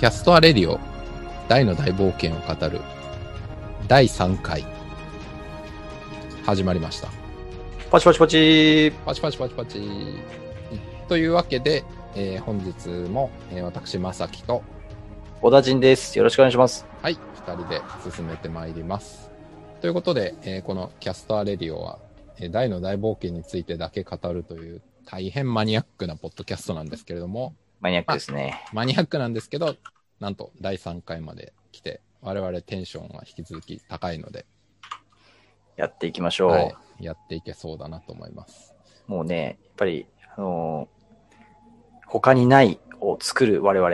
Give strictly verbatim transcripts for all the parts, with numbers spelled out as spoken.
キャストアレディオ大の大冒険を語るだいさんかい始まりました。 パチパチパチパチパチパチパチというわけで、えー、本日も、えー、私まさきと小田陣です。よろしくお願いします。 はい、ふたりで進めてまいります。ということで、えー、このキャストアレディオは、えー、大の大冒険についてだけ語るという大変マニアックなポッドキャストなんですけれども、 マニアックですね。 まあ、マニアックなんですけど、なんとだいさんかいまで来て、我々テンションは引き続き高いので、 やっていきましょう。 はい、やっていけそうだなと思います。 もうね、やっぱり、あのー、他にないを作る我々。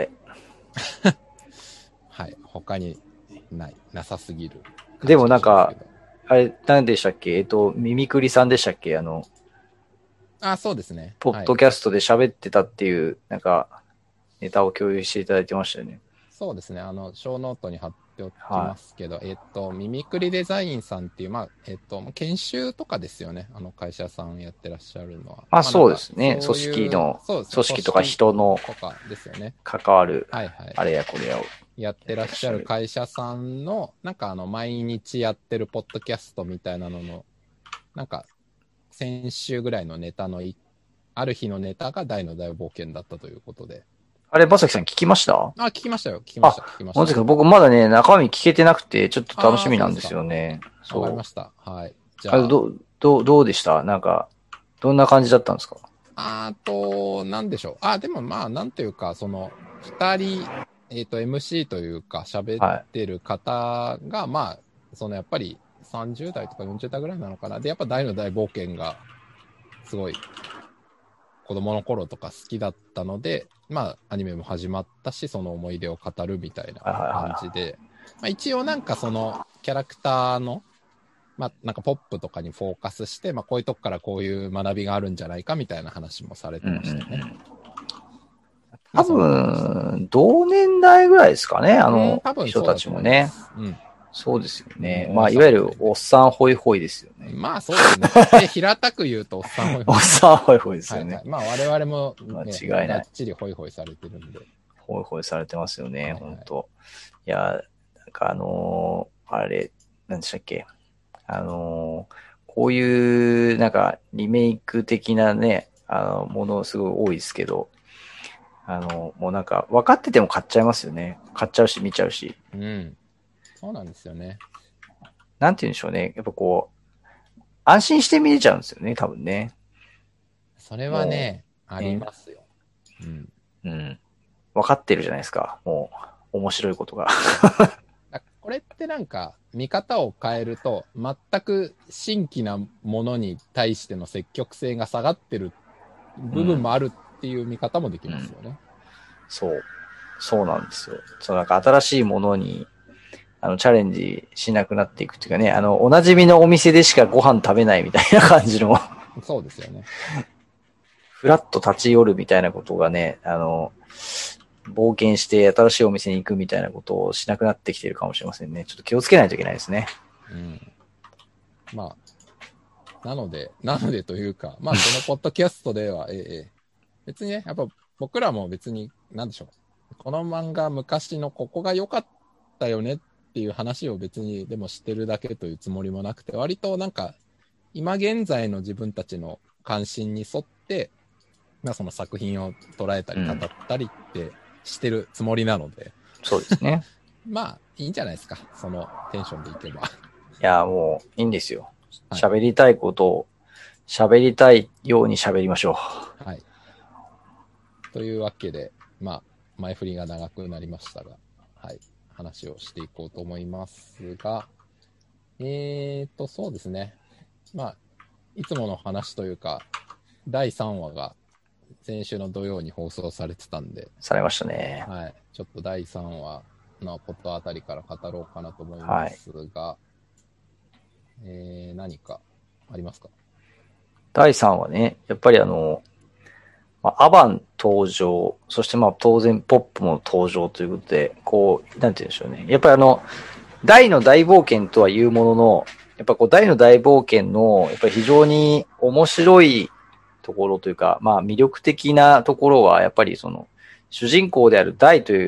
はい、他にない、なさすぎる。 でもなんか、あれ、何でしたっけえっと、ミミクリさんでしたっけあの、 あ、そうですね。 ポッドキャストで喋ってたっていう、はい、なんか、ネタを共有していただいてましたよね。 そうですね。あの、小ノートに貼っておきますけど、はい、えっと、ミミクリデザインさんっていう、まあ、えっと、研修とかですよね。あの会社さんやってらっしゃるのは。 あ、まあ、そうですね。 そう組織の、 そうですね、 組織とか人のとかですよね。 関わる、 はいはい。 あれやこれやを。 やってらっしゃる会社さんの、なんかあの、毎日やってるポッドキャストみたいなのの、なんか、先週ぐらいのネタのい、ある日のネタが大の大冒険だったということで。 あれ、まさきさん聞きました？ あ、聞きましたよ。聞きました。聞きました。 本当ですか？僕まだね、中身聞けてなくて、ちょっと楽しみなんですよね。 そう。わかりました。はい。じゃあ。 あど、ど、どうでした？なんか、どんな感じだったんですか？ あと、なんでしょう。あ、でもまあ、なんていうか、その、二人、えっと、エムシー というか、喋ってる方が、はい、まあ、そのやっぱりさんじゅうだいとかよんじゅうだいぐらいなのかな。で、やっぱ大の大冒険が、すごい、子供の頃とか好きだったので、まあ、アニメも始まったし、その思い出を語るみたいな感じで、まあ、一応なんかその、キャラクターの、まあ、なんかポップとかにフォーカスして、まあ、こういうとこからこういう学びがあるんじゃないかみたいな話もされてましたね。うんうん、 多分、同年代ぐらいですかね、あの人たちもね。うん、そうですよね。まあ、いわゆるおっさんホイホイですよね。 まあ、そうですね。で平たく言うとおっさんホイホイ。 おっさんホイホイですよね。はいはい、 まあ、我々も、ね、 間違いない。 がっちりホイホイされてるんで。 ホイホイされてますよね、はいはい、本当。いや、なんかあのー、あれ、何でしたっけ。あのー、こういう、なんか、リメイク的なね、あの、ものすごい多いですけど、あの、もうなんか、分かってても買っちゃいますよね。買っちゃうし、見ちゃうし。 うん。そうなんですよね。 なんて言うんでしょうね。やっぱこう、安心して見れちゃうんですよね、多分ね。 それはね、ありますよ。 うん。うん。分かってるじゃないですか。もう、面白いことが。 これってなんか見方を変えると全く新規なものに対しての積極性が下がってる部分もあるっていう見方もできますよね。うんうん、 そう。そうなんですよ。そうなんか新しいものにあのチャレンジしなくなっていくっていうかね、あのおなじみのお店でしかご飯食べないみたいな感じの。 そうですよね。 フラッと立ち寄るみたいなことがね、あの、冒険して新しいお店に行くみたいなことをしなくなってきているかもしれませんね。ちょっと気をつけないといけないですね。 うん。まあ、なので、なのでというか、まあこのポッドキャストでは、ええ、別にね、やっぱ僕らも別に、なんでしょう。この漫画昔のここが良かったよねっていう話を別にでもしてるだけというつもりもなくて、割となんか、今現在の自分たちの関心に沿って、まあその作品を捉えたり語ったりって、うんしてるつもりなので。 そうですね。 まあ、いいんじゃないですか。そのテンションでいけば。 いや、もう、いいんですよ。喋、はい、りたいことを、喋りたいように喋りましょう。 はい。というわけで、まあ、前振りが長くなりましたが、はい。話をしていこうと思いますが、えーと、そうですね。まあ、いつもの話というか、だいさんわが、先週の土曜に放送されてたんで。 されましたね。 はい。ちょっとだいさんわのポットあたりから語ろうかなと思いますが、はい、えー、何かありますか？ だいさんわね、やっぱりあの、まあ、アバン登場、そしてまあ当然ポップも登場ということで、こう、なんて言うんでしょうね。やっぱりあの、大の大冒険とは言うものの、やっぱこう大の大冒険の、やっぱり非常に面白いところというか、まあ魅力的なところは、やっぱりその、主人公である大という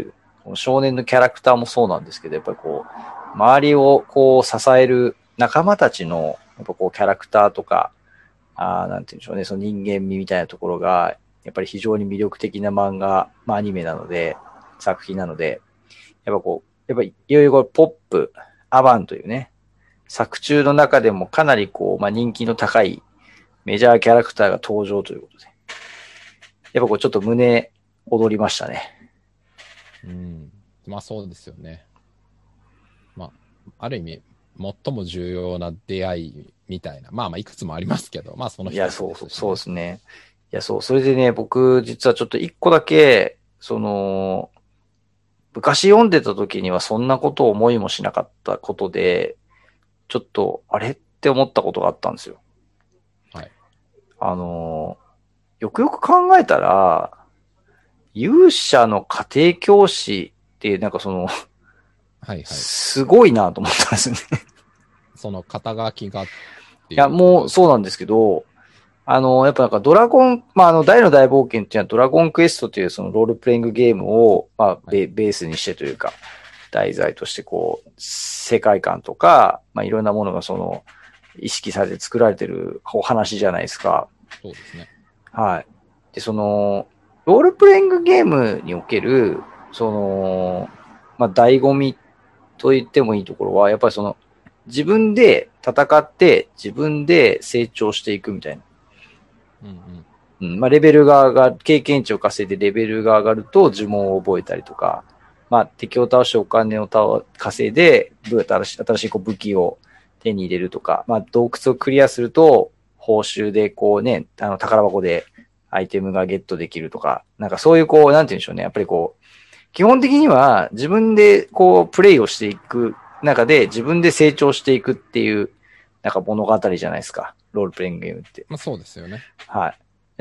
少年のキャラクターもそうなんですけど、やっぱりこう、周りをこう支える仲間たちの、やっぱこうキャラクターとか、あなんて言うんでしょうね、その人間味みたいなところが、やっぱり非常に魅力的な漫画、まあアニメなので、作品なので、やっぱこう、やっぱりいよいよこれポップ、アバンというね、作中の中でもかなりこう、まあ人気の高いメジャーキャラクターが登場ということで、やっぱこうちょっと胸躍りましたね。 うん。まあそうですよね。まあ、ある意味、最も重要な出会いみたいな。まあまあ、いくつもありますけど、まあその一ついや、 ですしね、 そうそう、そうですね。いや、そう、それでね、僕、実はちょっと一個だけ、その、昔読んでた時にはそんなことを思いもしなかったことで、ちょっと、あれって思ったことがあったんですよ。 はい。 あの、よくよく考えたら、勇者の家庭教師っていう、なんかその、 はいはい。 すごいなと思ったんですよね。 その肩書きがっていや、 いう。 もうそうなんですけど、あの、やっぱなんかドラゴン、まあ、あの、大の大冒険っていうのはドラゴンクエストというそのロールプレイングゲームを、まあ、ベ、ベースにしてというか、題材としてこう、世界観とか、まあ、いろんなものがその、意識されて作られてるお話じゃないですか。 そうですね。 はい。で、その、ロールプレイングゲームにおける、その、まあ、醍醐味と言ってもいいところは、やっぱりその、自分で戦って自分で成長していくみたいな。 うんうん。 うん、まあ、レベルが上がる、経験値を稼いでレベルが上がると呪文を覚えたりとか、まあ、敵を倒してお金をた稼いで、新しい、新しいこう武器を手に入れるとか、まあ、洞窟をクリアすると、報酬でこうね、あの、宝箱でアイテムがゲットできるとか、なんかそういうこう、なんて言うんでしょうね。やっぱりこう、基本的には自分でこう、プレイをしていく中で自分で成長していくっていう、なんか物語じゃないですか。ロールプレイングゲームって。 まあそうですよね。 はい。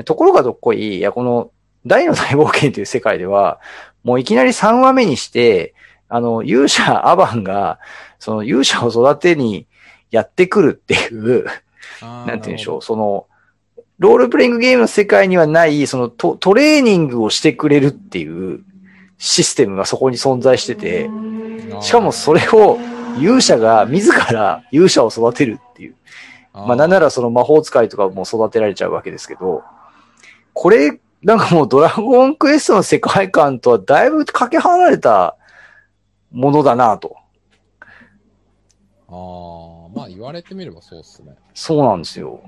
ところがどっこい、いや、この大の大冒険という世界では、もういきなりさんわめにして、あの、勇者アバンが、その勇者を育てにやってくるっていう、 ああ、 なんて言うんでしょう、 なるほど。 その、ロールプレイングゲームの世界にはない、そのトトレーニングをしてくれるっていうシステムがそこに存在してて、しかもそれを勇者が自ら勇者を育てるっていう。まあなんならその魔法使いとかも育てられちゃうわけですけど、これ、なんかもうドラゴンクエストの世界観とはだいぶかけ離れたものだなと。 ああ、まあ言われてみればそうっすね。 そうなんですよ。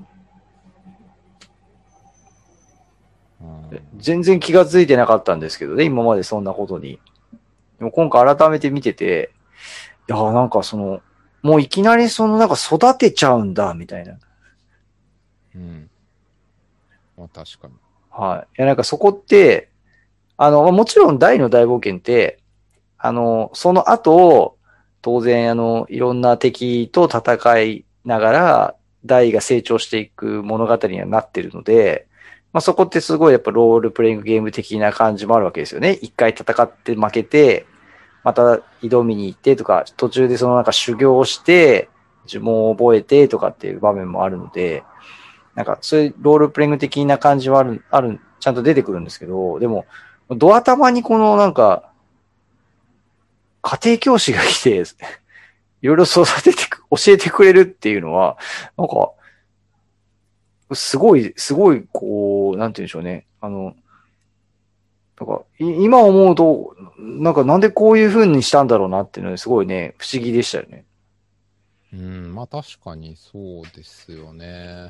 うん、 全然気がついてなかったんですけどね、今までそんなことに。でも今回改めて見てて、いや、なんかその、もういきなりそのなんか育てちゃうんだ、みたいな。 うん。まあ確かに。 はい。いや、なんかそこって、あの、もちろん大の大冒険って、あの、その後、当然、あの、いろんな敵と戦いながら、大が成長していく物語にはなってるので、まあ、そこってすごいやっぱロールプレイングゲーム的な感じもあるわけですよね。一回戦って負けて、また挑みに行ってとか、途中でそのなんか修行をして、呪文を覚えてとかっていう場面もあるので、なんかそういうロールプレイング的な感じはある、ある、ちゃんと出てくるんですけど、でも、ドア玉にこのなんか、家庭教師が来て、いろいろ育ててく、教えてくれるっていうのは、なんか、すごい、すごい、こう、なんて言うんでしょうね。あの、なんか、い今思うと、なんかなんでこういう風にしたんだろうなっていうのですごいね、不思議でしたよね。 うん、まあ確かにそうですよね。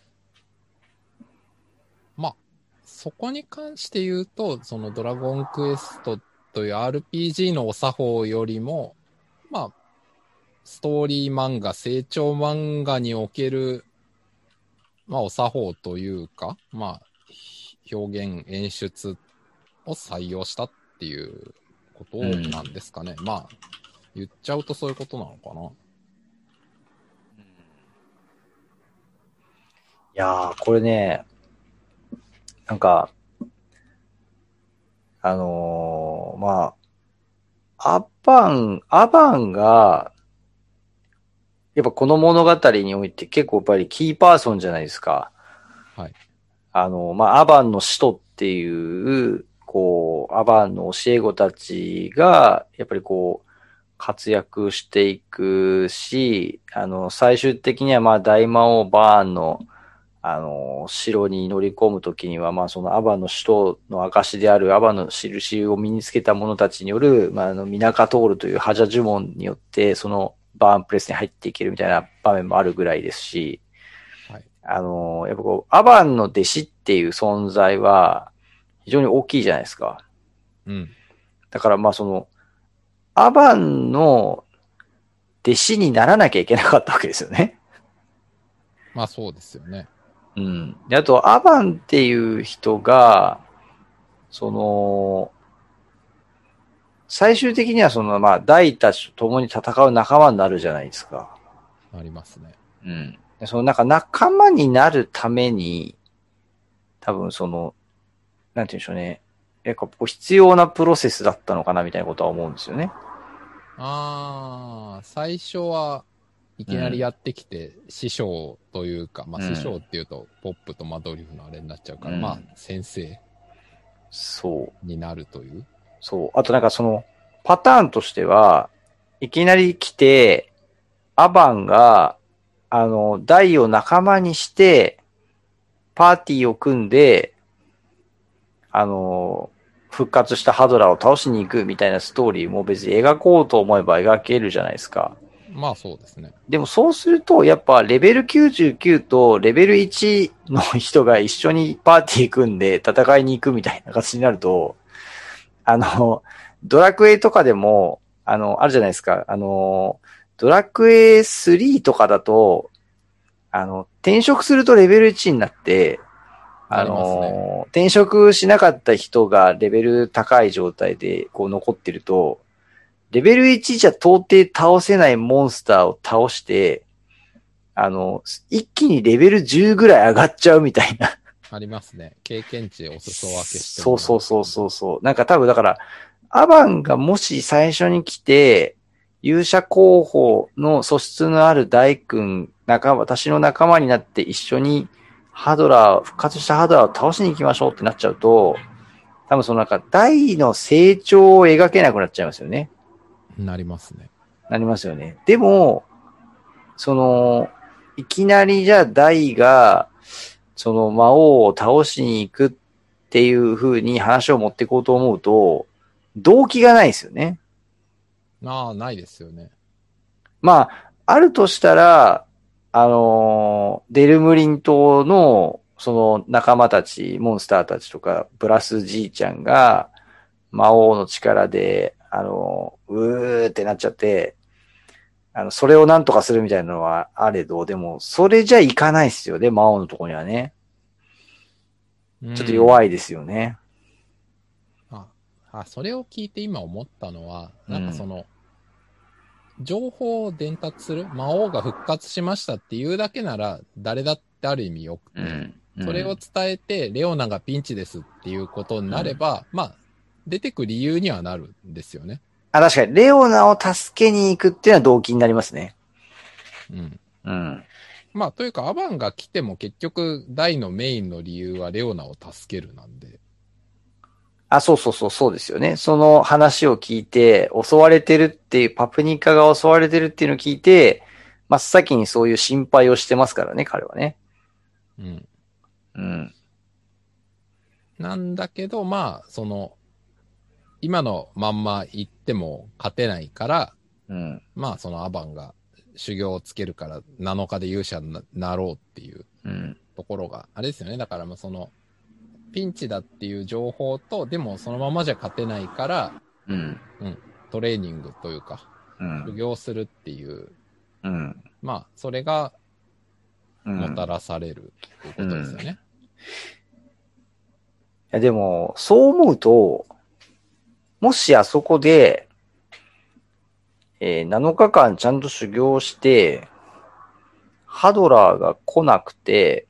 まあ、そこに関して言うと、そのドラゴンクエストという アールピージー のお作法よりも、まあ、ストーリー漫画、成長漫画における、まあ、お作法というか、まあ、表現、演出を採用したっていうことなんですかね。うん、まあ、言っちゃうとそういうことなのかな。 いやー、これね、なんか、あのー、まあ、アバン、アバンが、やっぱこの物語において結構やっぱりキーパーソンじゃないですか。 はい。 あの、まあ、アバンの使徒っていう、 こう、アバンの教え子たちが、やっぱりこう、活躍していくし、あの、最終的にはまあ大魔王バーンの、あの、城に乗り込むときには、まあそのアバンの首都の証であるアバンの印を身につけた者たちによる、まああの、ミナカトールというハジャ呪文によって、そのバーンプレスに入っていけるみたいな場面もあるぐらいですし、 はい。 あの、やっぱこう、アバンの弟子っていう存在は非常に大きいじゃないですか。 うん。 だからまあその、アバンの弟子にならなきゃいけなかったわけですよね。 まあそうですよね。 うん。で、あと、アバンっていう人が、その、最終的にはその、まあ、大たちと共に戦う仲間になるじゃないですか。 ありますね。 うん。でその、なんか仲間になるために、多分その、なんて言うんでしょうね。やっぱこう必要なプロセスだったのかなみたいなことは思うんですよね。 ああ、最初はいきなりやってきて、師匠というか、まあうん師匠っていうと、ポップとマドリフのあれになっちゃうから、 うんまあ先生そう。 になるという。 そう。あとなんかその、パターンとしては、いきなり来て、アバンが、あの、ダイを仲間にして、パーティーを組んで、あの、復活したハドラーを倒しに行くみたいなストーリーも別に描こうと思えば描けるじゃないですか。 まあそうですね。 でもそうすると、やっぱレベルきゅうじゅうきゅうとレベルいちの人が一緒にパーティー組んで戦いに行くみたいな形になると、あの、ドラクエとかでも、あの、あるじゃないですか。あの、ドラクエスリーとかだと、あの、転職するとレベルいちになって、あなりますね。 の、転職しなかった人がレベル高い状態でこう残ってると、レベルいちじゃ到底倒せないモンスターを倒して、あの、一気にレベルじゅうぐらい上がっちゃうみたいな。 ありますね。経験値お裾分けしてそうもらう。 そうそうそうそう。なんか多分だから、アバンがもし最初に来て、勇者候補の素質のある大君、仲間、私の仲間になって一緒にハドラー、復活したハドラーを倒しに行きましょうってなっちゃうと、多分そのなんか大の成長を描けなくなっちゃいますよね。 なりますね。 なりますよね。でも、その、いきなりじゃあ大が、その魔王を倒しに行くっていう風に話を持っていこうと思うと、動機がないですよね。 ああ、ないですよね。 まあ、あるとしたら、あのーデルムリン島の、その仲間たち、モンスターたちとか、プラスじいちゃんが、魔王の力で、あのーうーってなっちゃって、あの、それをなんとかするみたいなのはあれど、でも、それじゃいかないっすよね、魔王のとこにはね。ちょっと弱い。 いですよね。 あ、あ、それを聞いて今思ったのは、 うんなんかその、情報を伝達する魔王が復活しましたっていうだけなら、誰だってある意味よくて、 うんうんそれを伝えて、レオナがピンチですっていうことになれば、まあ、出てく理由にはなるんですよね。 あ、確かに、レオナを助けに行くっていうのは動機になりますね。 うん。 うん。 まあ、というか、アバンが来ても結局、大のメインの理由はレオナを助けるなんで。 あ、そうそうそう、そうですよね。その話を聞いて、襲われてるっていう、パプニカが襲われてるっていうのを聞いて、真っ先にそういう心配をしてますからね、彼はね。 うん。 うん。 なんだけど、まあ、その、今のまんま行っても勝てないから、 うん。 まあ、そのアバンが修行をつけるからなのかで勇者になろうっていううん。 ところが、あれですよね。だから、まあ、その、ピンチだっていう情報と、でもそのままじゃ勝てないから、 うん。 うん、トレーニングというか、 う修ん。 行するっていう、 うん。 まあ、それがうん。 もたらされるということですよね。 いや、でも、そう思うと、もしあそこで、えー、なのかかんちゃんと修行して、ハドラーが来なくて、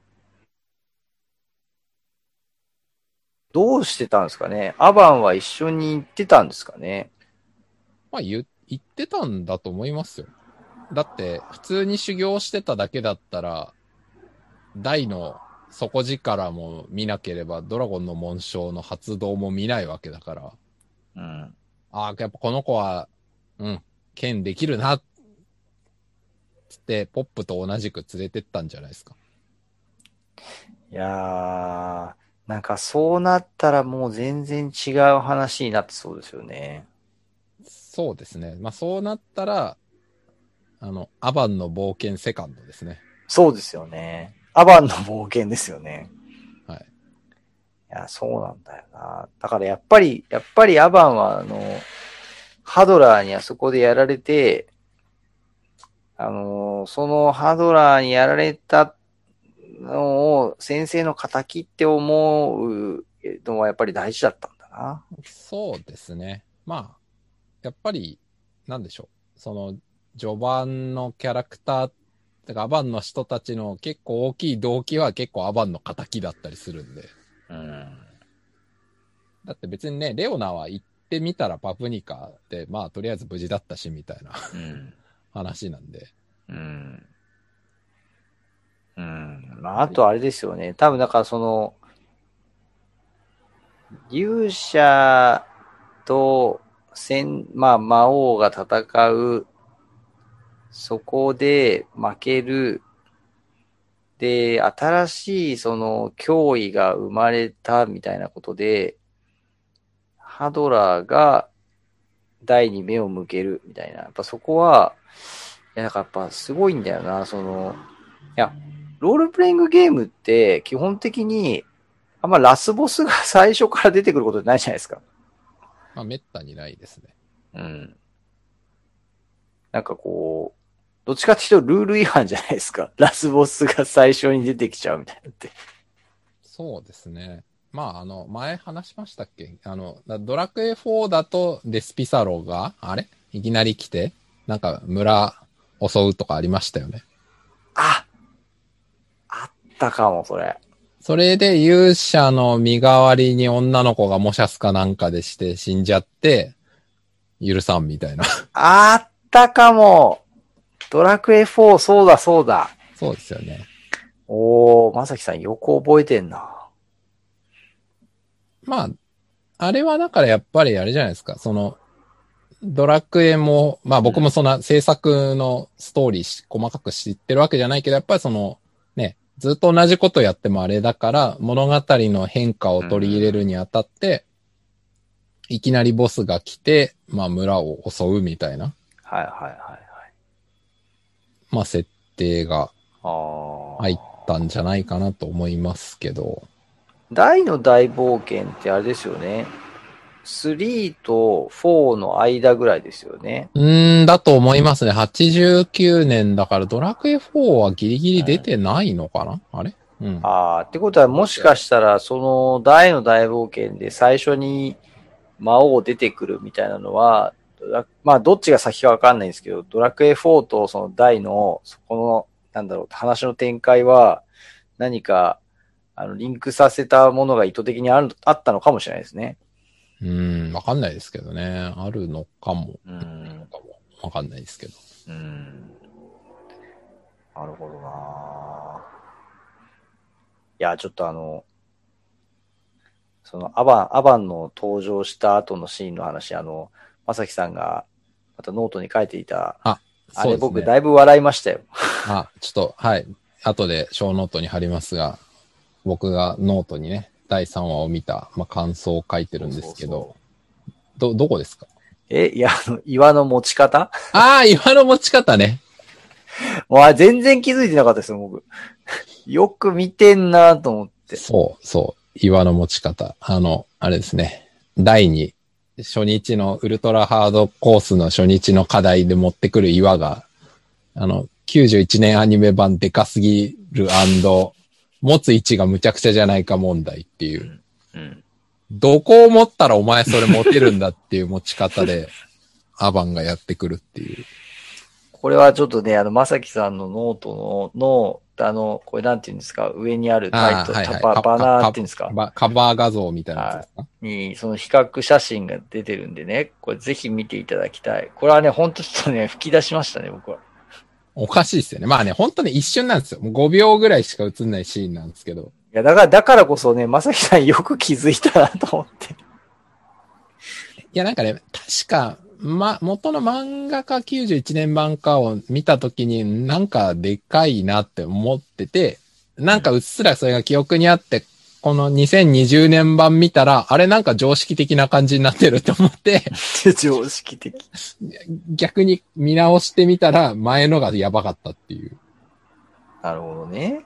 どうしてたんですかね。アバンは一緒に行ってたんですかね。 まあ言、言ってたんだと思いますよ。だって、普通に修行してただけだったら、大の底力も見なければ、ドラゴンの紋章の発動も見ないわけだから。 うん。 ああ、やっぱこの子は、うん、剣できるな、つって、ポップと同じく連れてったんじゃないですか。 いやー、なんかそうなったらもう全然違う話になってそうですよね。 そうですね。まあそうなったら、あの、アバンの冒険セカンドですね。 そうですよね。アバンの冒険ですよね。 はい。 いや、そうなんだよな。だからやっぱり、やっぱりアバンはあの、ハドラーにあそこでやられて、あのー、そのハドラーにやられたのを先生の仇って思うのはやっぱり大事だったんだな。 そうですね。まあ、やっぱり、なんでしょう。その、序盤のキャラクター、てかアバンの人たちの結構大きい動機は結構アバンの仇だったりするんで。 うん。 だって別にね、レオナは行ってみたらパプニカで、まあとりあえず無事だったしみたいなうん。 話なんで。 うん。うん。まあ、あとあれですよね。多分だからその、勇者と戦、まあ魔王が戦う、そこで負ける。で、新しいその脅威が生まれたみたいなことで、ハドラーが大に目を向けるみたいな。やっぱそこは、いや、だからやっぱすごいんだよな。その、いや、ロールプレイングゲームって基本的に、あんまラスボスが最初から出てくることってないじゃないですか。 まあめったにないですね。 うん。なんかこう、どっちかっていうとルール違反じゃないですか。ラスボスが最初に出てきちゃうみたいなって。 そうですね。まああの、前話しましたっけあの、ドラクエフォーだとデスピサロが、あれいきなり来て、なんか村襲うとかありましたよね。 ああったかも、それ。 それで勇者の身代わりに女の子がモシャスかなんかでして死んじゃって、許さんみたいな。 あったかも。ドラクエフォー、そうだそうだ。 そうですよね。 おー、まさきさんよく覚えてんな。 まあ、あれはだからやっぱりあれじゃないですか。その、ドラクエも、まあ僕もそんな制作のストーリー細かく知ってるわけじゃないけど、やっぱりその、ね、ずっと同じことやってもあれだから、物語の変化を取り入れるにあたって、いきなりボスが来て、まあ村を襲うみたいな、 はいはいはいはい。 まあ設定があ入ったんじゃないかなと思いますけど。 大の大冒険ってあれですよね。スリーとフォーの間ぐらいですよね。 うーん、だと思いますね。はちじゅうきゅうねんだからドラクエフォーはギリギリ出てないのかな、うん、あれうん。 ああ、ってことはもしかしたら、その大の大冒険で最初に魔王出てくるみたいなのは、まあどっちが先かわかんないんですけど、ドラクエフォーとその大の、そこの、なんだろう、話の展開は何か、あの、リンクさせたものが意図的にある、あったのかもしれないですね。 うーん、わかんないですけどね。あるのかも。 うん。 わかんないですけど。 うん。なるほどな。いや、ちょっとあの、そのアバン、アバンの登場した後のシーンの話、あの、まさきさんがまたノートに書いていた、 あ、 あれそうですね。 僕だいぶ笑いましたよ。 あ、ちょっと、はい。後で小ノートに貼りますが、僕がノートにね、だいさんわを見た、まあ、感想を書いてるんですけど、そうそうそうど、どこですか？ え、いや、あの、岩の持ち方ああ、岩の持ち方ね。 もう全然気づいてなかったですよ、僕。よく見てんなと思って。 そう、そう。岩の持ち方。あの、あれですね。だいに、初日のウルトラハードコースの初日の課題で持ってくる岩が、あの、きゅうじゅういちねんアニメ版でかすぎる&持つ位置がむちゃくちゃじゃないか問題っていう。うんうん、どこを持ったらお前それ持てるんだっていう持ち方で、アバンがやってくるっていう。 これはちょっとね、あの、まさきさんのノートの、の、あの、これなんていうんですか、上にあるタイトル、はいはい、ババナーっていうんですかカバー画像みたいなやつですか、 に、その比較写真が出てるんでね、これぜひ見ていただきたい。これはね、ほんとちょっとね、吹き出しましたね、僕は。 おかしいですよね。まあね、ほんとね、一瞬なんですよ。もうごびょうぐらいしか映んないシーンなんですけど。 や、だから、だからこそね、まさきさんよく気づいたなと思って。 いや、なんかね、確か、ま、元の漫画家きゅうじゅういちねん版かを見たときに、なんかでかいなって思ってて、なんかうっすらそれが記憶にあって、このにせんにじゅうねん版見たら、あれなんか常識的な感じになってるって思って、 常識的。 逆に見直してみたら、前のがやばかったっていう。 なるほどね。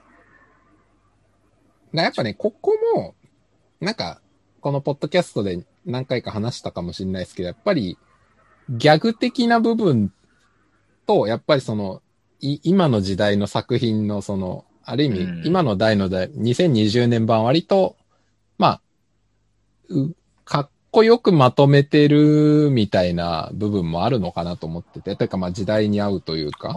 やっぱね、ここも、なんか、このポッドキャストで何回か話したかもしれないですけど、やっぱり、ギャグ的な部分と、やっぱりその、い今の時代の作品のその、ある意味、 うん今の代の代、にせんにじゅうねん版割と、まあ、うかっこよくまとめてるみたいな部分もあるのかなと思ってて、というかまあ時代に合うというか。 うん。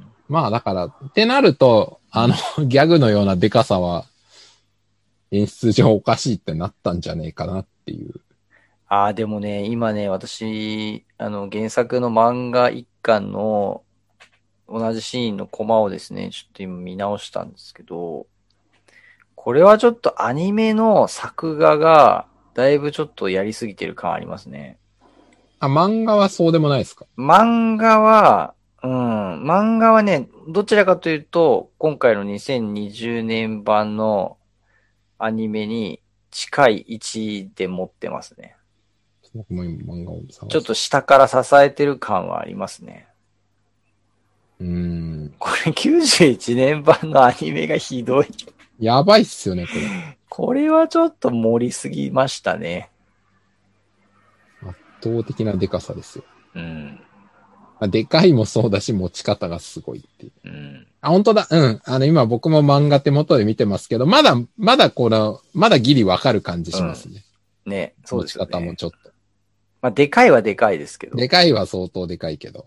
まあだから、ってなると、あの、ギャグのようなデカさは、演出上おかしいってなったんじゃねえかなっていう。 ああ、でもね、今ね、私、あの、原作の漫画一巻の同じシーンのコマをですね、ちょっと今見直したんですけど、これはちょっとアニメの作画が、だいぶちょっとやりすぎてる感ありますね。 あ、漫画はそうでもないですか？ 漫画は、うん、漫画はね、どちらかというと、今回のにせんにじゅうねん版のアニメに近い位置で持ってますね。 僕も今漫画を探してちょっと下から支えてる感はありますね。 うーん。 これきゅうじゅういちねん版のアニメがひどい。 やばいっすよね、これ。 これはちょっと盛りすぎましたね。 圧倒的なデカさですよ。 うん。 まあ、でかいもそうだし、持ち方がすごいっていう。 うん。 あ、本当だ。うん。あの、今僕も漫画手元で見てますけど、まだ、まだこの、まだギリわかる感じしますね。 ね、そうですよね。 持ち方もちょっと。 まあ、でかいはでかいですけど。 でかいは相当でかいけど。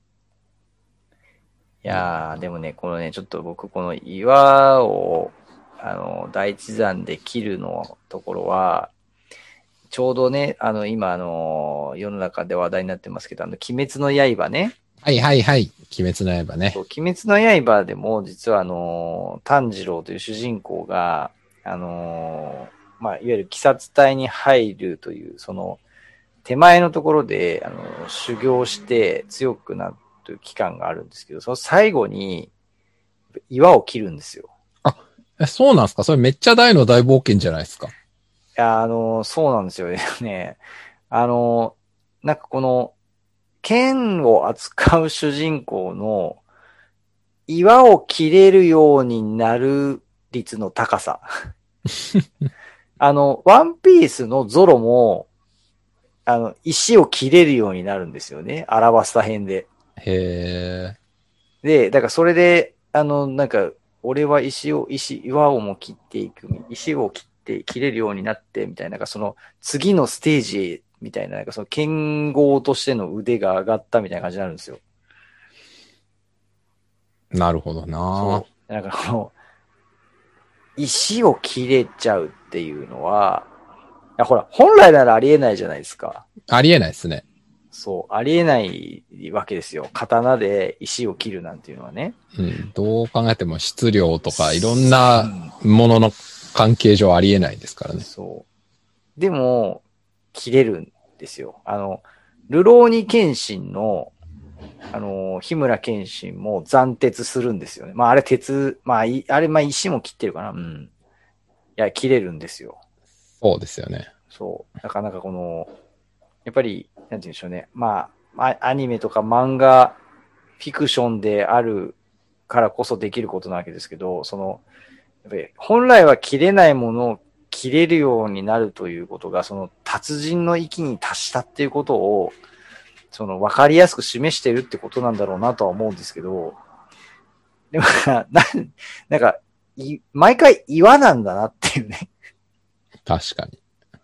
いやー、でもね、このね、ちょっと僕、この岩を、あの、第一山で切るのところは、ちょうどね、あの、今、あの、世の中で話題になってますけど、あの、鬼滅の刃ね。 はいはいはい。鬼滅の刃ね。 そう、鬼滅の刃でも、実はあの、炭治郎という主人公が、あの、まあ、いわゆる鬼殺隊に入るという、その、手前のところで、あの、修行して強くなる期間があるんですけど、その最後に岩を切るんですよ。 あ、え、そうなんですか？それめっちゃ大の大冒険じゃないですか。 いや、あの、そうなんですよね。あの、なんかこの、剣を扱う主人公の岩を切れるようになる率の高さ。あの、ワンピースのゾロも、あの、石を切れるようになるんですよね。アラバスタ編で。 へー。 で、だからそれで、あの、なんか、俺は石を、石、岩をも切っていく、石を切って、切れるようになって、みたいな、なんかその、次のステージへ、みたいな、なんかその、剣豪としての腕が上がったみたいな感じになるんですよ。 なるほどな。 そう。なんかこの、石を切れちゃうっていうのは、いやほら、本来ならありえないじゃないですか。 ありえないですね。 そう、ありえないわけですよ。刀で石を切るなんていうのはね。 うん。どう考えても質量とかいろんなものの関係上ありえないですからね。 そう。でも、切れるんですよ。あの、ルローニケンシンの、あの、日村謙信も斬鉄するんですよね。まあ、あれ鉄、まあ、いあれ、まあ、石も切ってるかな。うん。いや、切れるんですよ。 そうですよね。 そう。なかなかこの、やっぱり、なんて言うんでしょうね。まあ、アニメとか漫画、フィクションであるからこそできることなわけですけど、その、やっぱり本来は切れないものを切れるようになるということが、その達人の域に達したっていうことを、その分かりやすく示してるってことなんだろうなとは思うんですけど、でもな、なんか、い毎回岩なんだなっていうね。 確かに。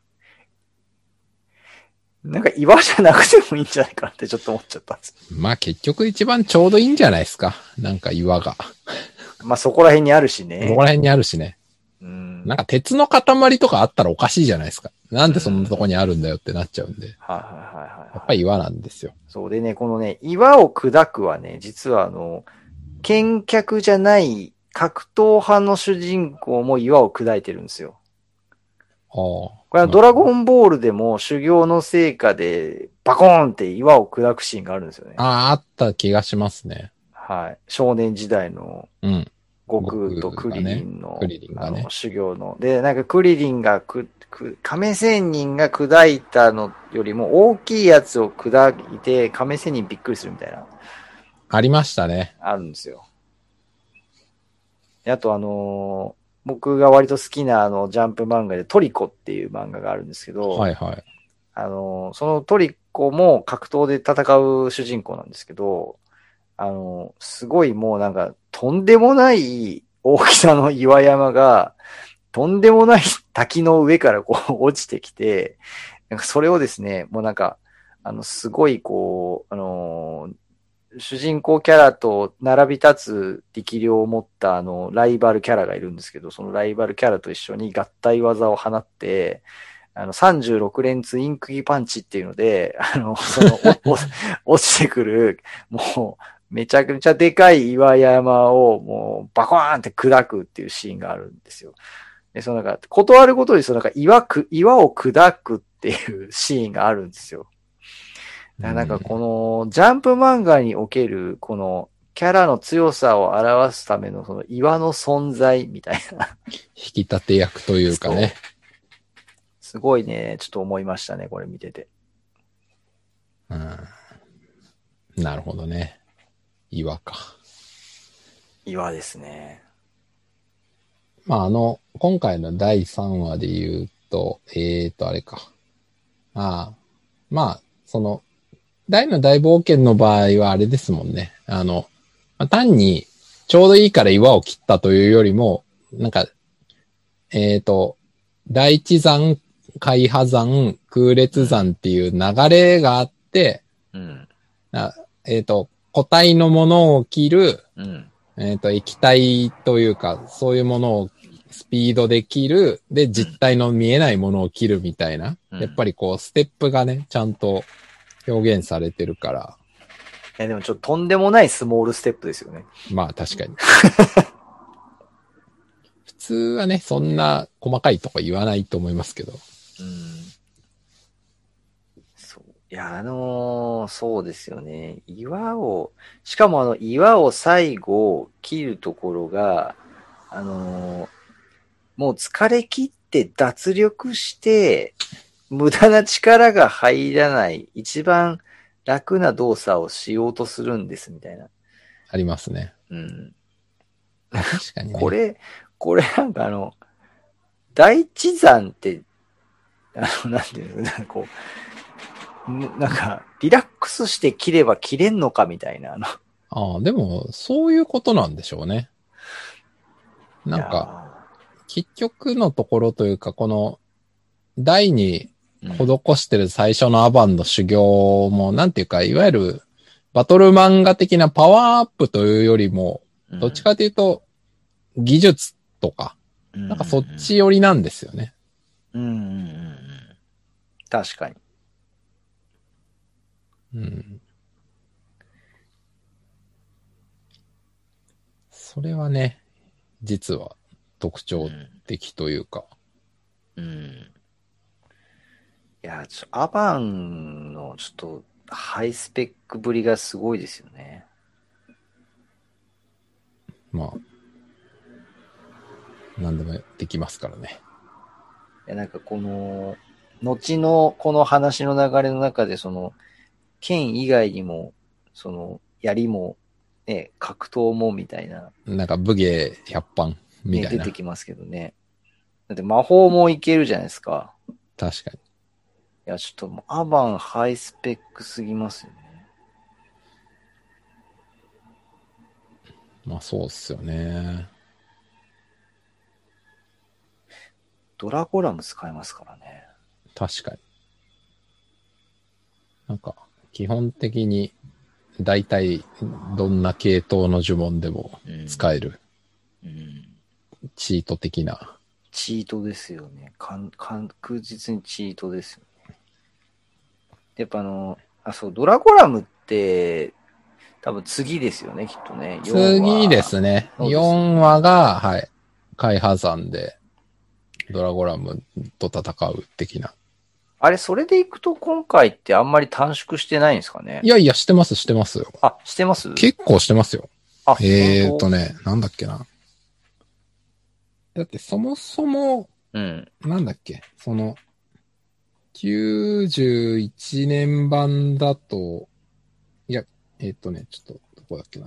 なんか岩じゃなくてもいいんじゃないかなってちょっと思っちゃったんです。 まあ結局一番ちょうどいいんじゃないですか。なんか岩が。 まあそこら辺にあるしね。 そこら辺にあるしね。 うん。 なんか鉄の塊とかあったらおかしいじゃないですか。なんでそんなとこにあるんだよってなっちゃうんで。 はいはいはいはい。 やっぱり岩なんですよ。 そうでね、このね、岩を砕くはね、実はあの、見客じゃない格闘派の主人公も岩を砕いてるんですよ。 ああ。 これはドラゴンボールでも修行の成果でバコーンって岩を砕くシーンがあるんですよね。 ああ、あった気がしますね。 はい。少年時代のうん。 悟空とクリリンの、 クリリンがね、 あの修行の。で、なんかクリリンがく、く亀仙人が砕いたのよりも大きいやつを砕いて亀仙人びっくりするみたいな。 ありましたね。 あるんですよ。あとあのー僕が割と好きなあのジャンプ漫画でトリコっていう漫画があるんですけど、 はいはい。 あのーそのトリコも格闘で戦う主人公なんですけど、あのーすごいもうなんかとんでもない大きさの岩山がとんでもない滝の上からこう落ちてきて、なんかそれをですね、もうなんか、あの、すごいこう、あのー主人公キャラと並び立つ力量を持ったあの、ライバルキャラがいるんですけど、そのライバルキャラと一緒に合体技を放って、あの、さんじゅうろく連ツインクギパンチっていうので、あの、その、おお落ちてくる、もう、めちゃくちゃでかい岩山をもうバコーンって砕くっていうシーンがあるんですよ。で、そのなんか、断るごとにそのなんか岩く、岩を砕くっていうシーンがあるんですよ。だからなんかこの、ジャンプ漫画における、この、キャラの強さを表すためのその岩の存在みたいな。 引き立て役というかね。 すごいね、ちょっと思いましたね、これ見てて。 うん。なるほどね。岩か。 岩ですね。 まあ、あの、今回のだいさんわで言うと、えーと、あれか。ああ。まあ、その、大の大冒険の場合はあれですもんね。あの、まあ、単にちょうどいいから岩を切ったというよりも、なんか、えっと、大地山、海波山、空列山っていう流れがあって、 うん。 あえっと、固体のものを切る、 うん。 えっと、液体というか、そういうものをスピードで切る、で、実体の見えないものを切るみたいな。 うんやっぱりこう、ステップがね、ちゃんと表現されてるから。 いや、でもちょっととんでもないスモールステップですよね。 まあ、確かに。普通はね、そんな細かいとこ言わないと思いますけど。 うん。そう。いや、あのーそうですよね。岩を、しかもあの岩を最後切るところが、あのーもう疲れ切って脱力して、無駄な力が入らない、一番楽な動作をしようとするんですみたいな。 ありますね。 うん。 確かにね。 これ、これなんかあの、大地山って、あの、なんていうの、なんかこう、なんか、リラックスして切れば切れんのかみたいな、あの。 ああ、でも、そういうことなんでしょうね。なんか、結局のところというか、この、台に施してる最初のアバンの修行も、なんていうか、いわゆる、バトル漫画的なパワーアップというよりも、どっちかというと、技術とか、なんかそっち寄りなんですよね。 うんうんうんうん。確かに。 うん。それはね、実は特徴的というか。 うん。うん、いや、ちょアバンのちょっとハイスペックぶりがすごいですよね。 まあ、何でもできますからね。 いや、なんかこの、後のこの話の流れの中で、その、剣以外にも、その、槍も、ね、格闘もみたいな、 なんか武芸百般みね、 たいな。 出てきますけどね。だって魔法もいけるじゃないですか。 確かに。 いや、ちょっともうアバンハイスペックすぎますよね。 まあそうっすよね。 ドラゴラム使えますからね。 確かに。なんか、基本的に、大体、どんな系統の呪文でも使える。 うん。うん、 チート的な。 チートですよね。かん確実にチートですよね。やっぱあの、あ、そう、ドラゴラムって、 多分次ですよね、きっとね。 次ですね。 そうですねよんわが、はい。海破山で、ドラゴラムと戦う的な。 あれ、それでいくと今回ってあんまり短縮してないんですかね。 いやいや、してます、してますよ。 あ、してます？ 結構してますよ。 あ、 えーとね、なんだっけな。だってそもそも、 うん。 なんだっけ、その、きゅうじゅういちねん版だと、いや、えーとね、ちょっと、どこだっけな。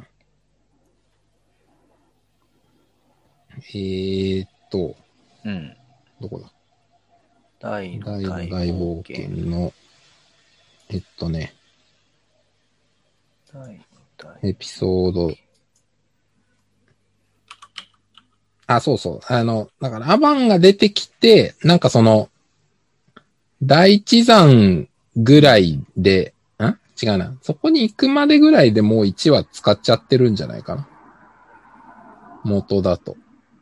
えーと、 うん。 どこだ大の大の大大冒冒険。 険の、えっとね、 大の大エピソード、あ、そうそう。あの、だからアバンが出てきて、なんかその、第一山ぐらいで、ん違うな。そこに行くまでぐらいでもういちわ使っちゃってるんじゃないかな。元だと。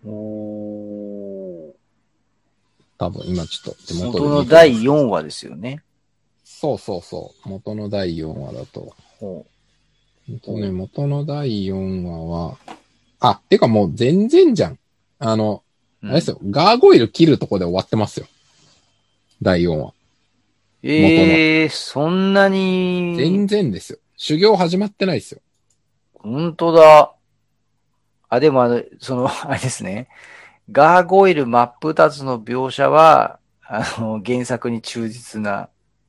おー。 多分、今ちょっと手元元ので見てます。 だいよんわですよね。 そうそうそう。元のだいよんわだと。 ほほんとね、元のだいよんわは、あ、てかもう全然じゃん。あの、 う。 あれですよ。ガーゴイル切るとこで終わってますよ。だいよんわ。 ええー、そんなに、 全然ですよ。修行始まってないですよ。 本当だ。あ、でもあの、その、あれですね。ガーゴイル真っ二つの描写は、あの、原作に忠実な。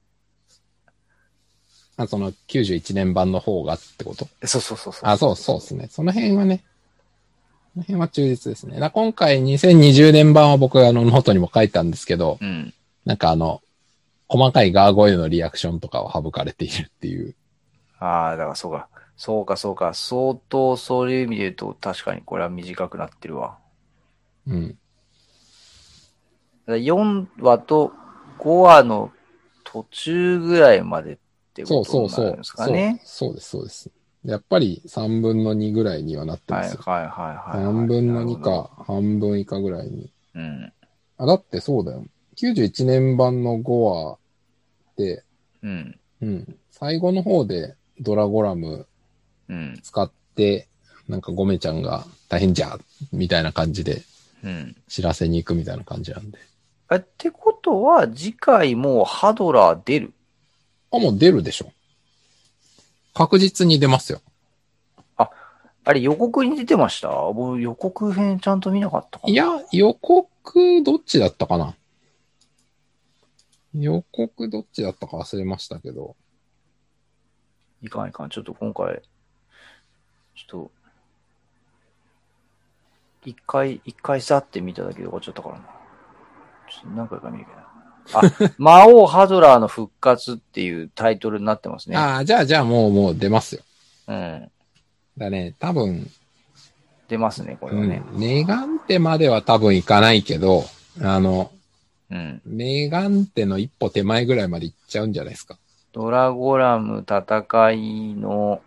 あ、そのきゅうじゅういちねん版の方がってことそうそうそうそう。 あ、そうそうですね。その辺はね、その辺は忠実ですね。だ今回にせんにじゅうねん版は僕あのノートにも書いたんですけど、 うん。 なんかあの、細かいガーゴイルのリアクションとかは省かれているっていう。 ああ、だからそうか。そうかそうか。相当そういう意味で言うと確かにこれは短くなってるわ。 うん。 だからよんわとごわの途中ぐらいまでってそうことそうそう。 になるんですかそう、 ね。 そうです、そうです。やっぱりさんぶんのにぐらいにはなってますよ。 はいはいはいはい、 さんはい。 ぶんのになるほど。 か、半分以下ぐらいに。 うん。 あ、だってそうだよ。きゅうじゅういちねん版のごわで、 うん。 うん。最後の方でドラゴラムうん。 使って、なんかゴメちゃんが大変じゃみたいな感じでうん。 知らせに行くみたいな感じなんで。 え、ってことは次回もうハドラー出る？ あ、もう出るでしょ。確実に出ますよ。 あ、あれ予告に出てました？僕予告編ちゃんと見なかったかな。 いや、予告どっちだったかな予告どっちだったか忘れましたけど。 いかんいかん。ちょっと今回、ちょっと、一回、一回さって見ただけで終わっちゃったからな。ちょっと何回か見るけど。あ、魔王ハドラーの復活っていうタイトルになってますね。 ああ、じゃあじゃあもうもう出ますよ。 うん。 だね、多分、 出ますね、これうん、 はね。 メガンテまでは多分いかないけど、あの、 うん。 メガンテの一歩手前ぐらいまで行っちゃうんじゃないですか。 ドラゴラム戦いの、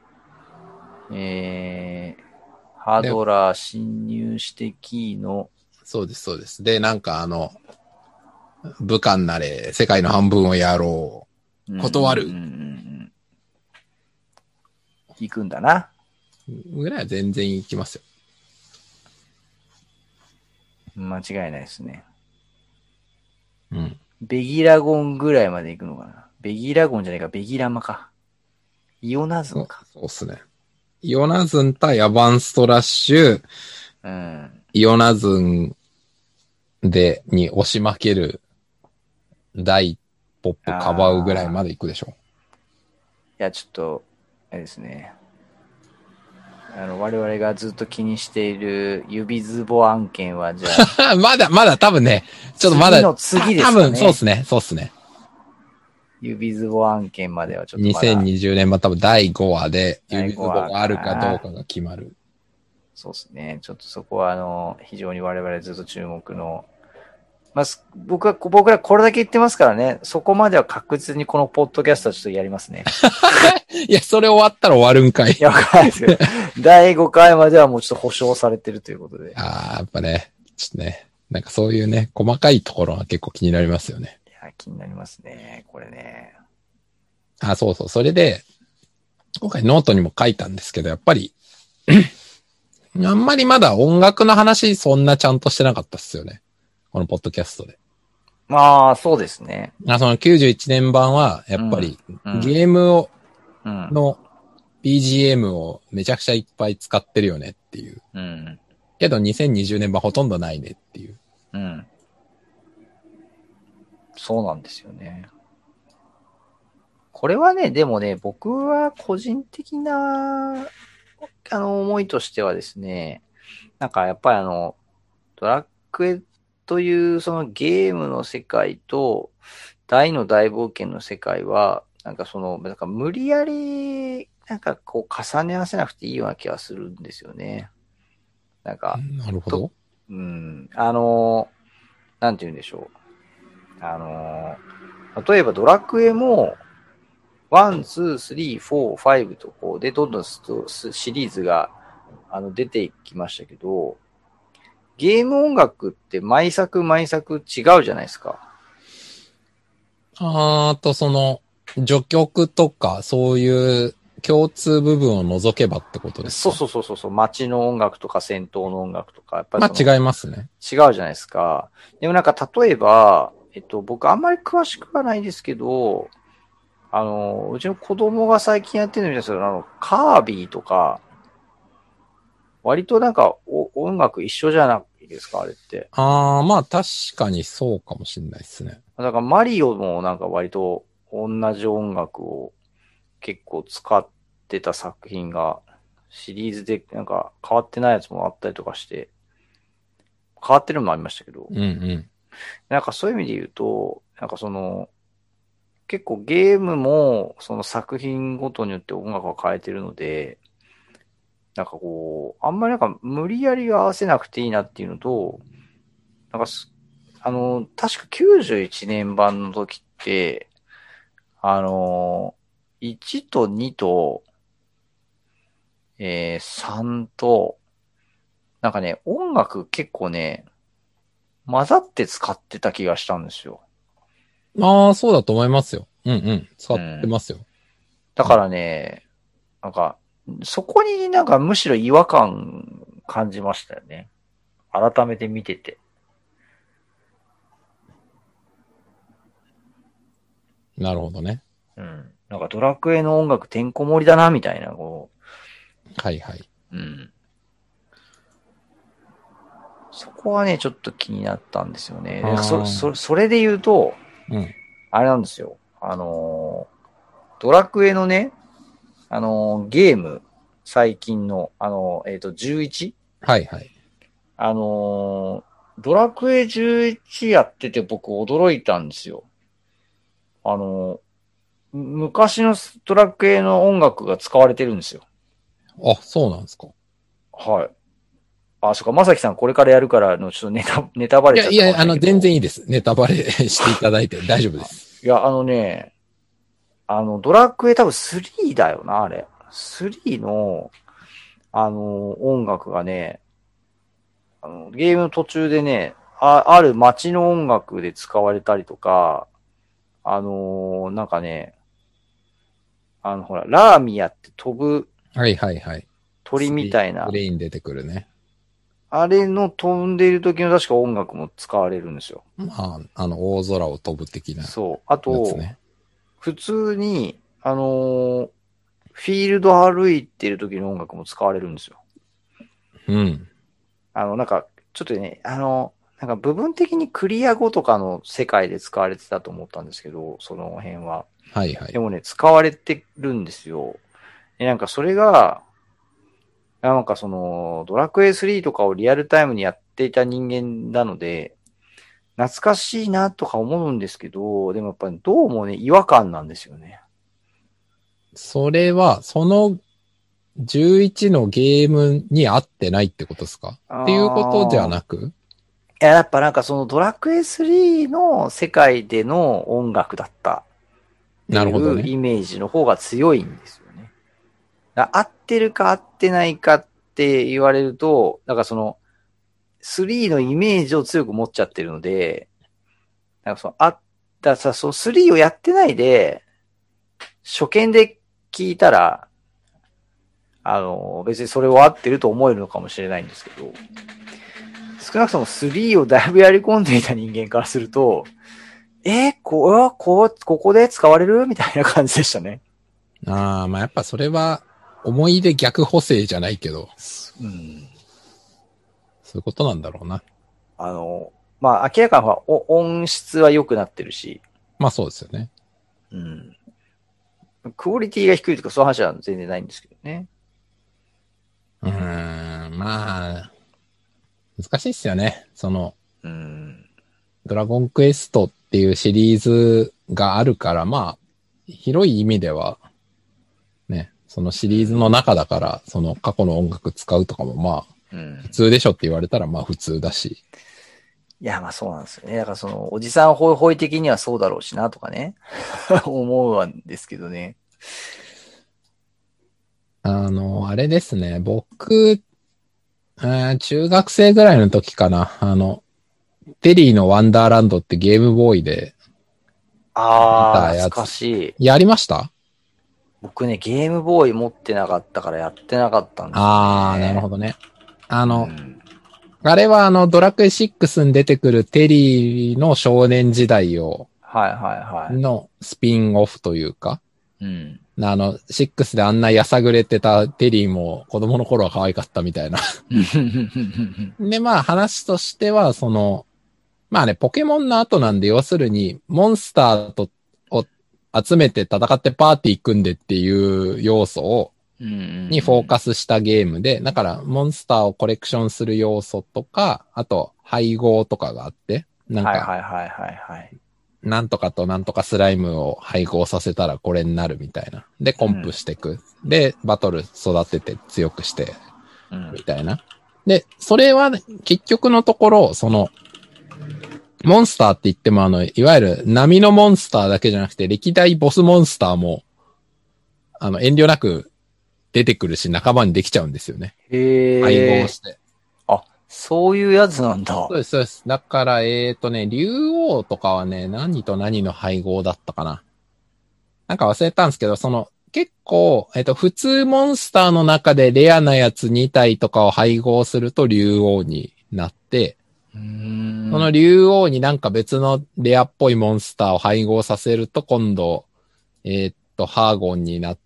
えー、ハで、 ドラー侵入してキーの、 そうです、そうです。で、なんかあの、武漢なれ、世界の半分をやろう。断る。 うんうんうんうん、行くんだな。 ぐらいは全然行きますよ。 間違いないですね。 うん。 ベギラゴンぐらいまで行くのかな。ベギラゴンじゃないか、ベギラマか。イオナズンか。 そうっすね。イオナズン対アバンストラッシュ、 うん。 イオナズンで、に押し負ける、大ポップかばうぐらいまで行くでしょ。 いや、ちょっと、あれですね。あの、我々がずっと気にしている指ズボ案件は、じゃあ。 まだ、まだ多分ね、ちょっとまだ、 次の次ですかね。 多分そうっすね、そうっすね。 指ズボ案件まではちょっとまだ。 にせんにじゅうねん版多分だいごわで、指ズボだいごわがあるかどうかが決まる。 そうですね。ちょっとそこは、あの、非常に我々ずっと注目の。まあ、僕は、僕らこれだけ言ってますからね、そこまでは確実にこのポッドキャストはちょっとやりますね。 いや、それ終わったら終わるんかい。いや、わかんないですけど、だいごかいまではもうちょっと保証されてるということで。 ああ、やっぱね、ちょっとね、なんかそういうね、細かいところが結構気になりますよね。 いや、気になりますね。これね。 あ、そうそう。それで、 今回ノートにも書いたんですけど、やっぱり、あんまりまだ音楽の話そんなちゃんとしてなかったっすよね。このポッドキャストで。 まあ、そうですね。 あ、そのきゅうじゅういちねん版は、やっぱり、ゲームを、の ビージーエム をめちゃくちゃいっぱい使ってるよねっていう。 うん。 けどにせんにじゅうねん版ほとんどないねっていう。 うん。そうなんですよね。これはね、でもね、僕は個人的な、あの、思いとしてはですね、なんかやっぱりあの、ドラクエというそのゲームの世界と大の大冒険の世界は、なんかその、なんか無理やり、なんかこう重ね合わせなくていいような気がするんですよね。なんか、 なるほど。 うん、あの、なんて言うんでしょう。あの、例えばドラクエも、ワン、ツー、スリー、フォー、ファイブとこうで、どんどんシリーズがあの出ていきましたけど、ゲーム音楽って毎作毎作違うじゃないですか。 あーと、その、序曲とか、そういう共通部分を除けばってことですか？ そうそうそうそう、街の音楽とか戦闘の音楽とか、やっぱりまあ違いますね。 違うじゃないですか。でもなんか例えば、えっと、僕あんまり詳しくはないですけど、あの、うちの子供が最近やってるのみたいですけど、あの、カービィとか、割となんかお音楽一緒じゃないですか、あれって。 ああ、まあ確かにそうかもしれないですね。 だからマリオもなんか割と同じ音楽を結構使ってた作品がシリーズでなんか変わってないやつもあったりとかして、変わってるのもありましたけど、 うんうん。 なんかそういう意味で言うと、なんかその、結構ゲームもその作品ごとによって音楽を変えてるので、なんかこう、あんまりなんか無理やり合わせなくていいなっていうのと、なんかす、あの、確かきゅうじゅういちねん版の時って、あの、いちとにと、えー、さんと、なんかね、音楽結構ね、混ざって使ってた気がしたんですよ。 ああ、そうだと思いますよ。うんうん。使うってん。 ますよ。 だからね、なんか、そこになんかむしろ違和感感じましたよね。改めて見てて。 なるほどね。 うん。なんかドラクエの音楽てんこ盛りだな、みたいな、こはいはい。 う。うん。そこはね、ちょっと気になったんですよね。でそ、そ、それで言うと、 うん。 あれなんですよ。あのー、ドラクエのね、あのー、ゲーム、最近の、あのー、えっと、じゅういち? はいはい。 あのー、ドラクエじゅういちやってて僕驚いたんですよ。あのー、昔のドラクエの音楽が使われてるんですよ。 あ、そうなんですか。 はい。あ、そっか、まさきさんこれからやるからの、ちょっとネタ、ネタバレちゃったかいやいや、あの、 もしれないけど。 全然いいです。ネタバレしていただいて大丈夫です。 いや、あのね、あの、ドラクエ多分スリーだよな、あれ。スリーの、あの、音楽がね、あのゲームの途中でね、あある街の音楽で使われたりとか、あのーなんかね、あの、ほら、ラーミアって飛ぶはいはいはい。 鳥みたいな、 プレイン出てくるね。 あれの飛んでいる時の確か音楽も使われるんですよ。 まあ、あの、大空を飛ぶ的なそう。あと、 やつね。 普通に、あのーフィールド歩いてる時の音楽も使われるんですよ。 うん。 あの、なんか、ちょっとね、あの、なんか部分的にクリア後とかの世界で使われてたと思ったんですけど、その辺は。 はいはい。 でもね、使われてるんですよ。でなんかそれが、なんかその、ドラクエスリーとかをリアルタイムにやっていた人間なので、懐かしいなとか思うんですけど、でもやっぱりどうもね、違和感なんですよね。 それは、そのじゅういちのゲームに合ってないってことですかっていうことじゃああ。 なく？ いや、やっぱなんかそのドラクエスリーの世界での音楽だったっていなるほどね。 うイメージの方が強いんですよね。だ合ってるか合ってないかって言われると、なんかそのスリーのイメージを強く持っちゃってるので、なんかそのあったさ、そのスリーをやってないで、初見で聞いたら、 あの、別にそれは合ってると思えるのかもしれないんですけど、少なくともスリーをだいぶやり込んでいた人間からすると、えー、こう、こう、ここで使われるみたいな感じでしたね。 ああ、まあやっぱそれは、思い出逆補正じゃないけど、 うん。 そういうことなんだろうな。 あの、まあ、明らかに音質は良くなってるし、 まあそうですよね。 うん。クオリティが低いとかそういう話は全然ないんですけどね。 うーん、まあ、難しいっすよね。その、 うん。 ドラゴンクエストっていうシリーズがあるから、まあ、広い意味では、ね、そのシリーズの中だから、その過去の音楽使うとかもまあ、 うん、 普通でしょって言われたらまあ普通だし。 いや、まあそうなんですよね。だからその、おじさんホイホイ的にはそうだろうしなとかね。思うんですけどね。 あの、あれですね、僕、えー中学生ぐらいの時かな、あの、テリーのワンダーランドってゲームボーイで見ああ、懐かたやつ。 しい。 やりました？ 僕ね、ゲームボーイ持ってなかったからやってなかったんですよね。 ああ、なるほどね。あの、 うん、 あれはあの、ドラクエシックスに出てくるテリーの少年時代を、 はいはいはのスピンオフというか、 い。うん。 あの、シックスであんなやさぐれてたテリーも子供の頃は可愛かったみたいな。で、まあ話としては、その、まあね、ポケモンの後なんで、要するに、モンスターと、を集めて戦ってパーティー組んでっていう要素を、にフォーカスしたゲームで、だから、モンスターをコレクションする要素とか、あと、配合とかがあって、なんか、 はいはいはいはいはい。 なんとかとなんとかスライムを配合させたらこれになるみたいな。で、コンプしていく。うん、で、バトル育てて強くして、みたいな。で、それは、結局のところ、その、モンスターって言ってもあの、いわゆる波のモンスターだけじゃなくて、歴代ボスモンスターも、あの、遠慮なく出てくるし、仲間にできちゃうんですよね。 へー。 配合して。 あ、そういうやつなんだ。 そうです、そうです。だから、えっとね、竜王とかはね、何と何の配合だったかな。なんか忘れたんですけど、その、結構、えっと、普通モンスターの中でレアなやつに体とかを配合すると竜王になって、 うーんその竜王になんか別のレアっぽいモンスターを配合させると今度、えー、っと、ハーゴンになって、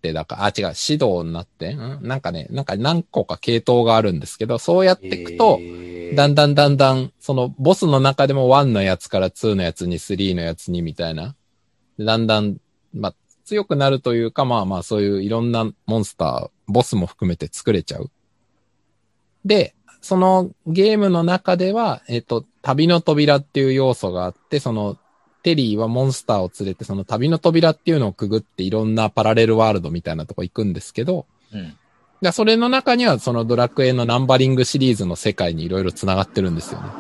だから、あ、違う、シドになって、んなんかね、なんか何個か系統があるんですけど、そうやっていくと、だんだんだんだん、そのボスの中でもワンのやつからツーのやつにスリーのやつにみたいな、だんだん、まあ、強くなるというか、まあまあそういういろんなモンスター、ボスも含めて作れちゃう。で、そのゲームの中では、えっと、旅の扉っていう要素があって、その、テリーはモンスターを連れて、その旅の扉っていうのをくぐっていろんなパラレルワールドみたいなとこ行くんですけど、 うん。 でそれの中にはそのドラクエのナンバリングシリーズの世界にいろいろ繋がってるんですよね。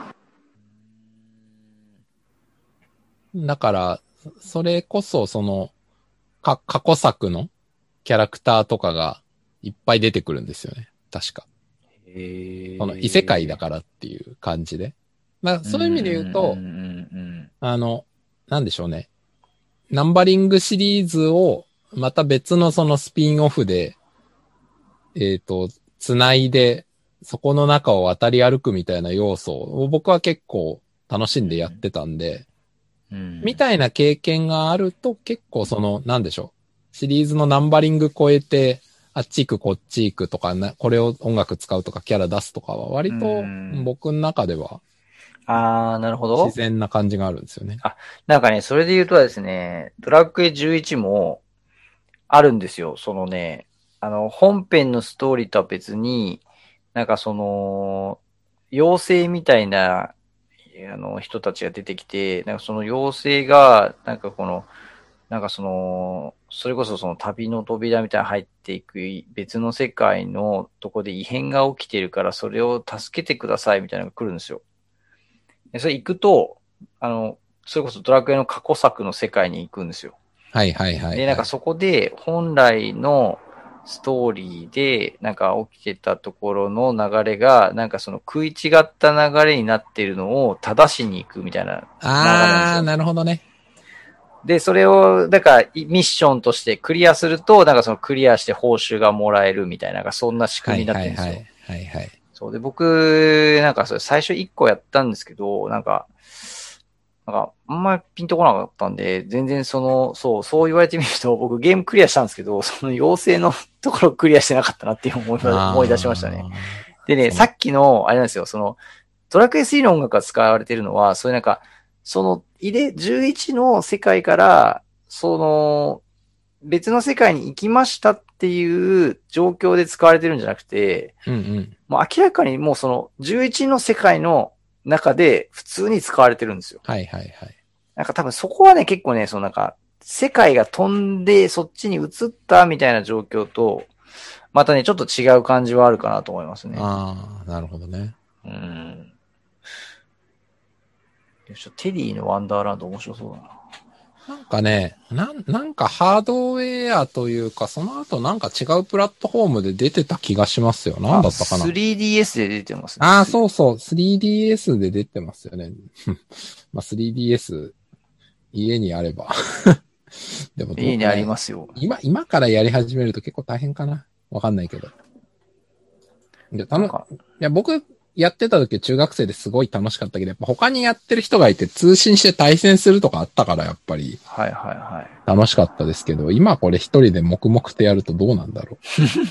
だから、それこそその、か、過去作のキャラクターとかがいっぱい出てくるんですよね。確か。 へその異世界だからっていう感じで。まあ、そういう意味で言うと、あの、なんでしょうね。ナンバリングシリーズをまた別のそのスピンオフで、えっと、繋いで、そこの中を渡り歩くみたいな要素を僕は結構楽しんでやってたんで、 うん、 みたいな経験があると結構その、なんでしょう。シリーズのナンバリング超えて、あっち行くこっち行くとかな、これを音楽使うとかキャラ出すとかは割と僕の中では、 ああ、なるほど。 自然な感じがあるんですよね。 あ、なんかね、それで言うとですね、ドラクエじゅういちもあるんですよ。そのね、あの、本編のストーリーとは別に、なんかその、妖精みたいな、あの、人たちが出てきて、なんかその妖精が、なんかこの、なんかその、それこそその旅の扉みたいに入っていく別の世界のとこで異変が起きてるからそれを助けてくださいみたいなのが来るんですよ。でそれ行くと、あの、それこそドラクエの過去作の世界に行くんですよ。 はいはいはい、はい。 で、なんかそこで本来のストーリーでなんか起きてたところの流れが、なんかその食い違った流れになっているのを正しに行くみたいな流れなんですよ。 あー、なるほどね。 で、それを、だからミッションとしてクリアすると、なんかそのクリアして報酬がもらえるみたいな、なんかそんな仕組みになってるんですよ。 はいはいはい。はいはい。 そうで、僕、なんかそれ最初いっこやったんですけど、なんか、なんか、あんまりピンとこなかったんで、全然その、そう、そう言われてみると、僕ゲームクリアしたんですけど、その妖精のところクリアしてなかったなっていう思い思い出しましたね。 ああ。 でね、 その、 さっきの、あれなんですよ、その、ドラクエスリーの音楽が使われてるのは、そういうなんか、その、入れ、じゅういちの世界から、その、別の世界に行きましたっていう状況で使われてるんじゃなくて、 うんうん。 もう明らかにもうその、じゅういちの世界の中で普通に使われてるんですよ。 はいはいはい。 なんか多分そこはね、結構ね、そのなんか、世界が飛んでそっちに移ったみたいな状況と、またね、ちょっと違う感じはあるかなと思いますね。 ああ、なるほどね。 うん。よいしょ、テリーのワンダーランド面白そうだな。 なんかね、なん、なんかハードウェアというか、その後なんか違うプラットフォームで出てた気がしますよ。なんあ、 だったかな。 スリーディーエス で出てますね。 ああ、 すそうそう。スリーディーエス で出てますよね。まあ スリーディーエス 家にあれば。でもどう家にありかな。 ますよ。 今、今からやり始めると結構大変かな。わかんないけど。で、たの、いなんか、 や、僕、やってた時中学生ですごい楽しかったけど、やっぱ他にやってる人がいて通信して対戦するとかあったから、やっぱりはいはいはい。 楽しかったですけど、今これ一人で黙々とやるとどうなんだろう。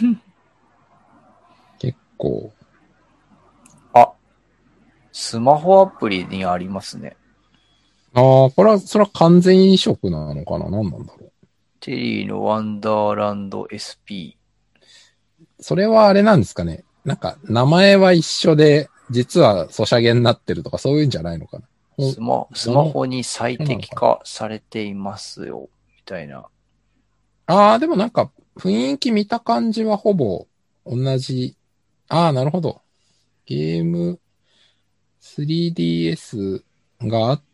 結構。 あ、スマホアプリにありますね。 ああ、これは、それは完全移植なのかな。何なんだろう。 テリーのワンダーランド エスピそれはあれなんですかね。なんか、名前は一緒で、実はソシャゲになってるとかそういうんじゃないのかな。 ー。 ほ、 スマ、スもの、 マホに最適そうなのかな。 化されていますよ。みたいな。 ああ、でもなんか、雰囲気見た感じはほぼ同じ。ああ、なるほど。ゲーム スリーディーエス があって、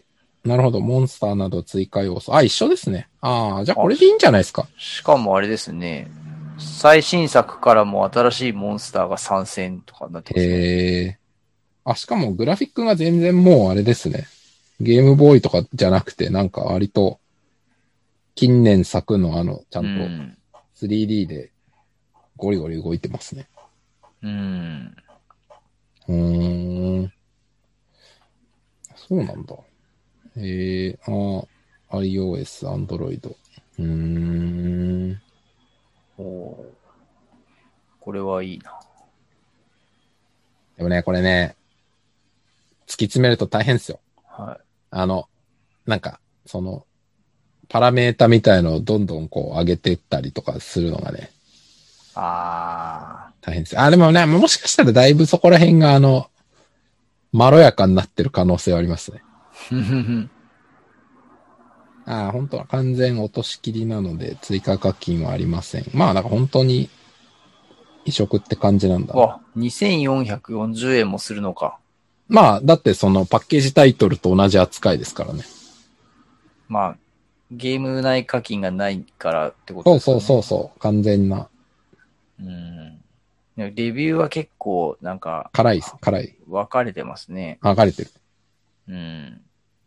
なるほど。モンスターなど追加要素。あ、一緒ですね。ああ、じゃあこあ、 れでいいんじゃないですか。 しかもあれですね。最新作からも新しいモンスターが参戦とかになってますね。 へえ。あ、しかもグラフィックが全然もうあれですね。ゲームボーイとかじゃなくて、なんか割と近年作のあの、ちゃうんとん。 スリーディー でゴリゴリ動いてますね。 うん。 うーん。そうなんだ。えー、あ、iOS、Android。うーん。 おー、これはいいな。 でもね、これね、突き詰めると大変ですよ。 はい。 あの、なんか、その、パラメータみたいのをどんどんこう上げていったりとかするのがね、 あ大変ですよ。あ、でもね、もしかしたらだいぶそこら辺があの、まろやかになってる可能性はありますね。 ー。 ああ、本当は完全落としきりなので追加課金はありません。まあなんか本当に移植って感じなんだな。 わ、にせんよんひゃくよんじゅうえんもするのか。 まあ、だってそのパッケージタイトルと同じ扱いですからね。 まあ、ゲーム内課金がないからってことそうそうですかね。 そうそう。完全な。 うん。レビューは結構、なんか、 辛いです。辛い。 分かれてますね。 剥がれてる。 うん。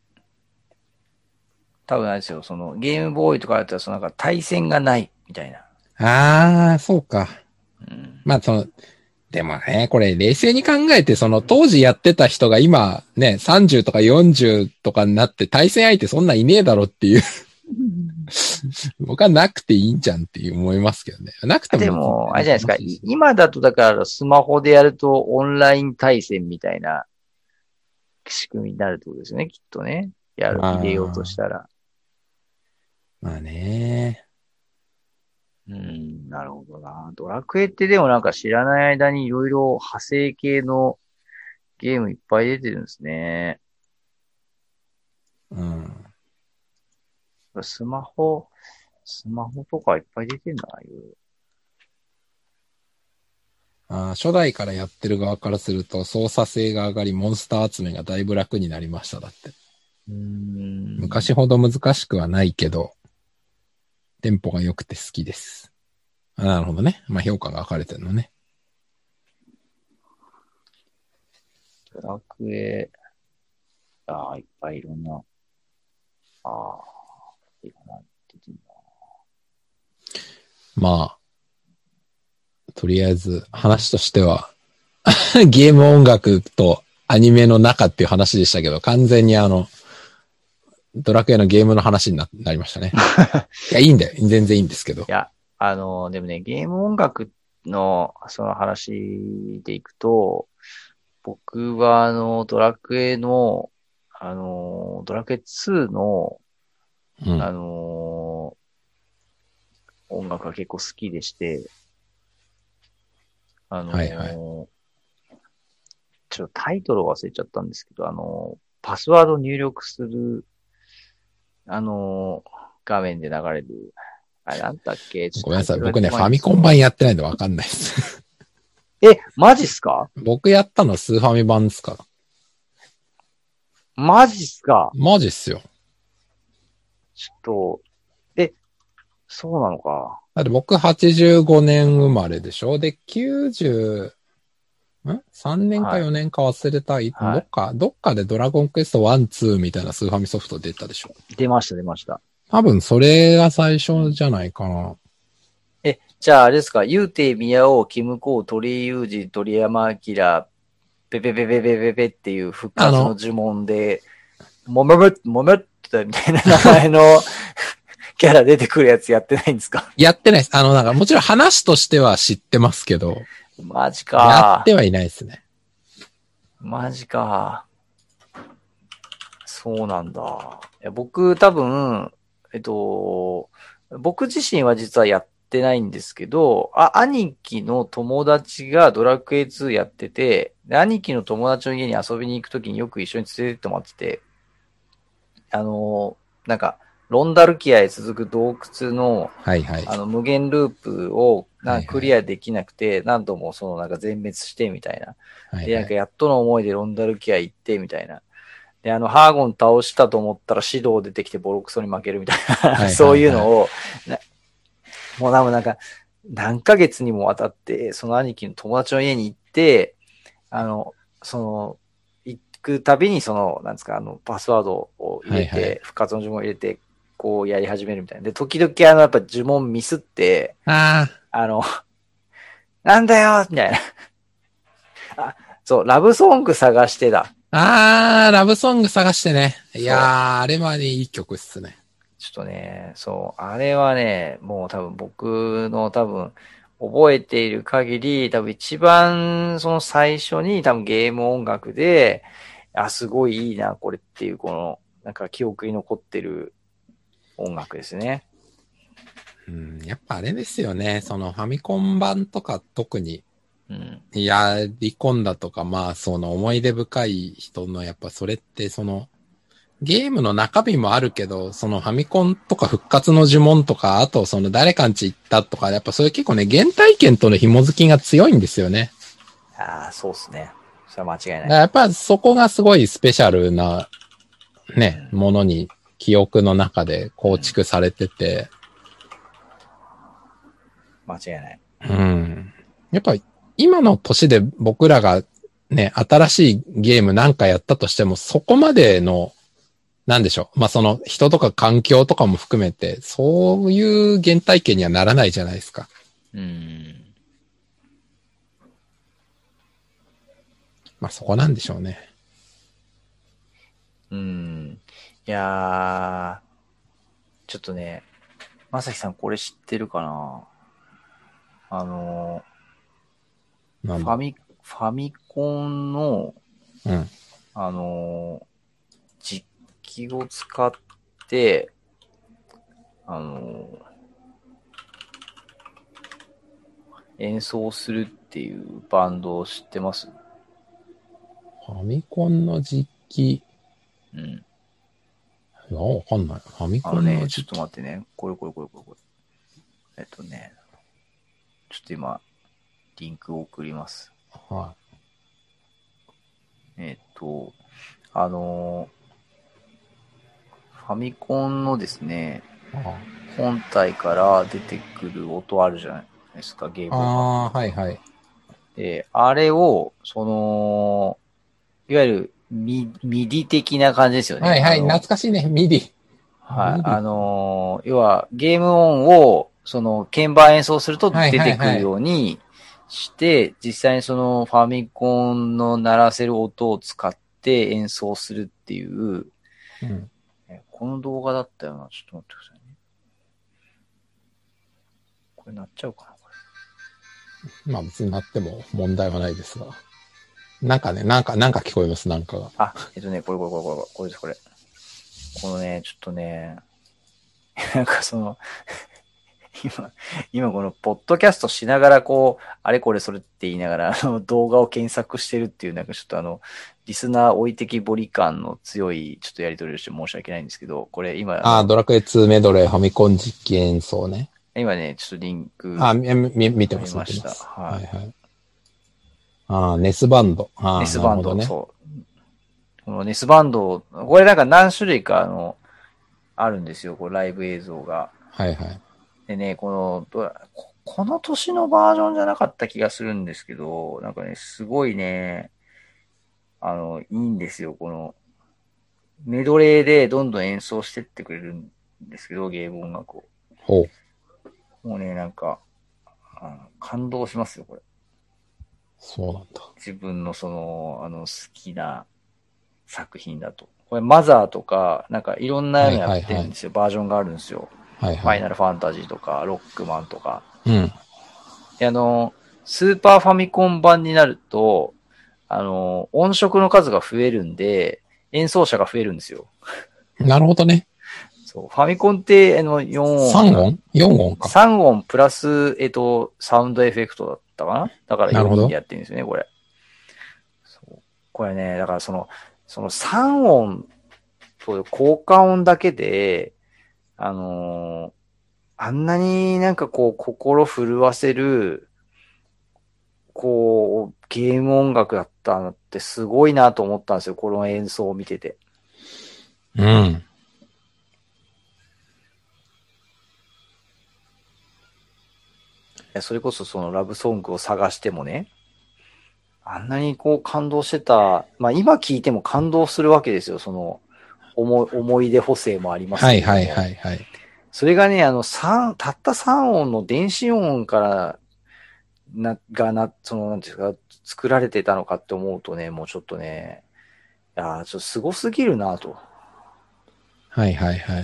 多分あれですよ、その、ゲームボーイとかだったら、そのなんか対戦がない、みたいな。 ああ、そうか。 うん。 まあその、でもね、これ冷静に考えて、その当時やってた人が今ね、さんじゅうとかよんじゅうとかになって対戦相手そんないねえだろっていう僕はなくていいんじゃんっていう思いますけどね。なくてあ、 も別にでも、あれじゃないですか。 楽しいし。 今だとだからスマホでやるとオンライン対戦みたいな仕組みになるってことですよね、きっとね。やる、 ま入れようとしあ、 たら。 まあね。 うん、なるほどな。ドラクエってでもなんか知らない間にいろいろ派生系のゲームいっぱい出てるんですね。 うん。 スマホ、スマホとかいっぱい出てんだな、いろいろ。 あー初代からやってる側からすると操作性が上がりモンスター集めがだいぶ楽になりました。だって。 うーん。 昔ほど難しくはないけど、テンポが良くて好きです。あ、なるほどね。まあ評価が分かれてるのね。 ドラクエ、ああ、いっぱいいろんな。ああ。 いいかなって言ってまあ、とりあえず話としては、ゲーム音楽とアニメの中っていう話でしたけど、完全にあの、ドラクエのゲームの話に な, なりましたね。いや、いいんだよ。全然いいんですけど。 いや、あの、でもね、ゲーム音楽のその話でいくと、僕はあの、ドラクエの、あの、ドラクエツーの、 うん、 あの、音楽が結構好きでして、あの、 はいはい。 ちょっとタイトルを忘れちゃったんですけど、あの、パスワード入力する、あの、画面で流れる、あれなんだっけちょっとごめんなさい。 タイトルが僕ね、ファ出てこないんですよミコン版やってないんでわかんないです。 え、マジっすか僕やったのはスーファミ版ですから。 マジっすかマジっすよ。 ちょっと、え、そうなのか。 だって僕はちじゅうごねん生まれでしょで、きゅうじゅう、ん ?さん 年かはい。 よねんか忘れた。どはっか、どっかでドラゴンクエストワン、ツーみたいなスーファミソフト出たでしょ。 い。出ました、出ました。 多分それが最初じゃないかな。 え、じゃああれですか、ゆうていみやお、キムコウ、鳥居裕二、鳥山明、ペペペペペペペっていう復あの、 活の呪文で、もめむっ、もめっとみたいな名前のキャラ出てくるやつやってないんですかやってないです。あの、なんかもちろん話としては知ってますけど、 マジやっか。 てはいないですね。 マジか。そうなんだ。いや僕多分、えっと、僕自身は実はやってないんですけど、あ、兄貴の友達がドラクエツーやってて、で兄貴の友達の家に遊びに行くときによく一緒に連れてってもらってて、あの、なんか、ロンダルキアへ続く洞窟の、 はいはい。 あの、無限ループをはいはいなクリアできなくて、何度もそのなんか全滅してみたいな。で、なんかはいはい。 やっとの思いでロンダルキア行ってみたいな。で、あの、ハーゴン倒したと思ったら指導出てきてボロクソに負けるみたいな、 はいそうはいはい。 いうのを、なもう多分なんか、何ヶ月にもわたって、その兄貴の友達の家に行って、あの、その、行くたびにその、なんですか、あの、パスワードを入れて、 はいはい。 復活の呪文を入れて、こうやり始めるみたいな。で、時々あの、やっぱ呪文ミスって、 ああの、なんだよみたいな。あ、そう、ラブソング探してだ。 あ、あー、ラブソング探してね。いやそう。 ー、あれまでいい曲っすね。 ちょっとね、そう、あれはね、もう多分僕の多分、覚えている限り、多分一番その最初に多分ゲーム音楽で、あ、すごいいいな、これっていうこの、なんか記憶に残ってる音楽ですね。 うん、やっぱあれですよね。そのファミコン版とか特にうん。 やり込んだとか、まあその思い出深い人のやっぱそれってそのゲームの中身もあるけど、そのファミコンとか復活の呪文とか、あとその誰かんち行ったとか、やっぱそれ結構ね、原体験との紐づきが強いんですよね。 ああ、そうっすね。それは間違いない。 だからやっぱそこがすごいスペシャルなね、ものに記憶の中で構築されてて、 間違いない。 うん。やっぱ今の年で僕らがね、新しいゲームなんかやったとしても、そこまでの、なんでしょう。まあ、その人とか環境とかも含めて、そういう原体験にはならないじゃないですか。 うん。 まあ、そこなんでしょうね。 うん。いやー、ちょっとね、まさきさんこれ知ってるかなあの、 なんだ。 ファミ、ファミコンの、 うん。 あの、実機を使って、あの、演奏するっていうバンドを知ってます？ ファミコンの実機。 うん。 いや、わかんない。ファミコンあのね、ちょっとの実機。 待ってね。これこれこれこれこれ。えっとね、ちょっと今、リンクを送ります。 はえっと、あの、ファミコンのですね、 い。あ本体から出てくる音あるじゃないですか、ゲーム音楽。 あー、はいはい。 で、あれを、その、いわゆるミ、ミディ的な感じですよね。 はいはい。 あの、 懐かしいね。ミディ。 はい。あのー、要はゲーム音を、その鍵盤演奏すると出てくるようにして、はいはいはい、実際にそのファミコンの鳴らせる音を使って演奏するっていう、うん、この動画だったよな。ちょっと待ってくださいね。これ鳴っちゃうかな、これ。まあ別に鳴っても問題はないですが。なんかね、なんか、なんか聞こえます、なんかが。 あ、えっとね、これこれこれこれ、これです、これ。このね、ちょっとね、なんかその、今、今このポッドキャストしながらこう、あれこれそれって言いながら、あの動画を検索してるっていう、なんかちょっとあの、リスナー置いてきぼり感の強い、ちょっとやり取りをして申し訳ないんですけど、これ今あああ、ドラクエツーメドレーファミコン実機演奏ね。 今ね、ちょっとリンク。 あ、み、み、見てます、見てます。はい、はい、はい。ああ、ネスバンド。ああ、 ネスバンド、 ね、 そう。このネスバンド、これなんか何種類かあの、あるんですよ、こうライブ映像が。 はいはい。 でね、この、この年のバージョンじゃなかった気がするんですけど、なんかね、すごいね、あの、いいんですよ、この、メドレーでどんどん演奏してってくれるんですけど、ゲーム音楽を。 ほう。もうね、なんか、あの感動しますよ、これ。 そうなんだ。 自分のその、あの、好きな作品だと。これ、マザーとか、なんかいろんなのやってるんですよ。はいはいはい、バージョンがあるんですよ。はいはい。ファイナルファンタジーとか、ロックマンとか。 うん。 で、あの、スーパーファミコン版になると、あの、音色の数が増えるんで、演奏者が増えるんですよ。 なるほどね。 そう。ファミコンって、あの、よん音。 さん音 ?よん 音か。 さん音プラス、えっと、サウンドエフェクトだったかなだからよにんでやってるんですよね、これ。そう。これね、だからその、そのさん音と効果音だけで、あのー、あんなになんかこう、心震わせる、こう、ゲーム音楽だったのってすごいなと思ったんですよ、この演奏を見てて。 うん。 それこそそのラブソングを探してもね、あんなにこう感動してた、まあ今聞いても感動するわけですよ、その思い、思い出補正もありますけども。はいはいはいはい。それがね、あの三、たったさん音の電子音からな、がな、その、なんていうか、作られてたのかって思うとね、もうちょっとね、いやちょっとすごすぎるなと。 はいはいはい。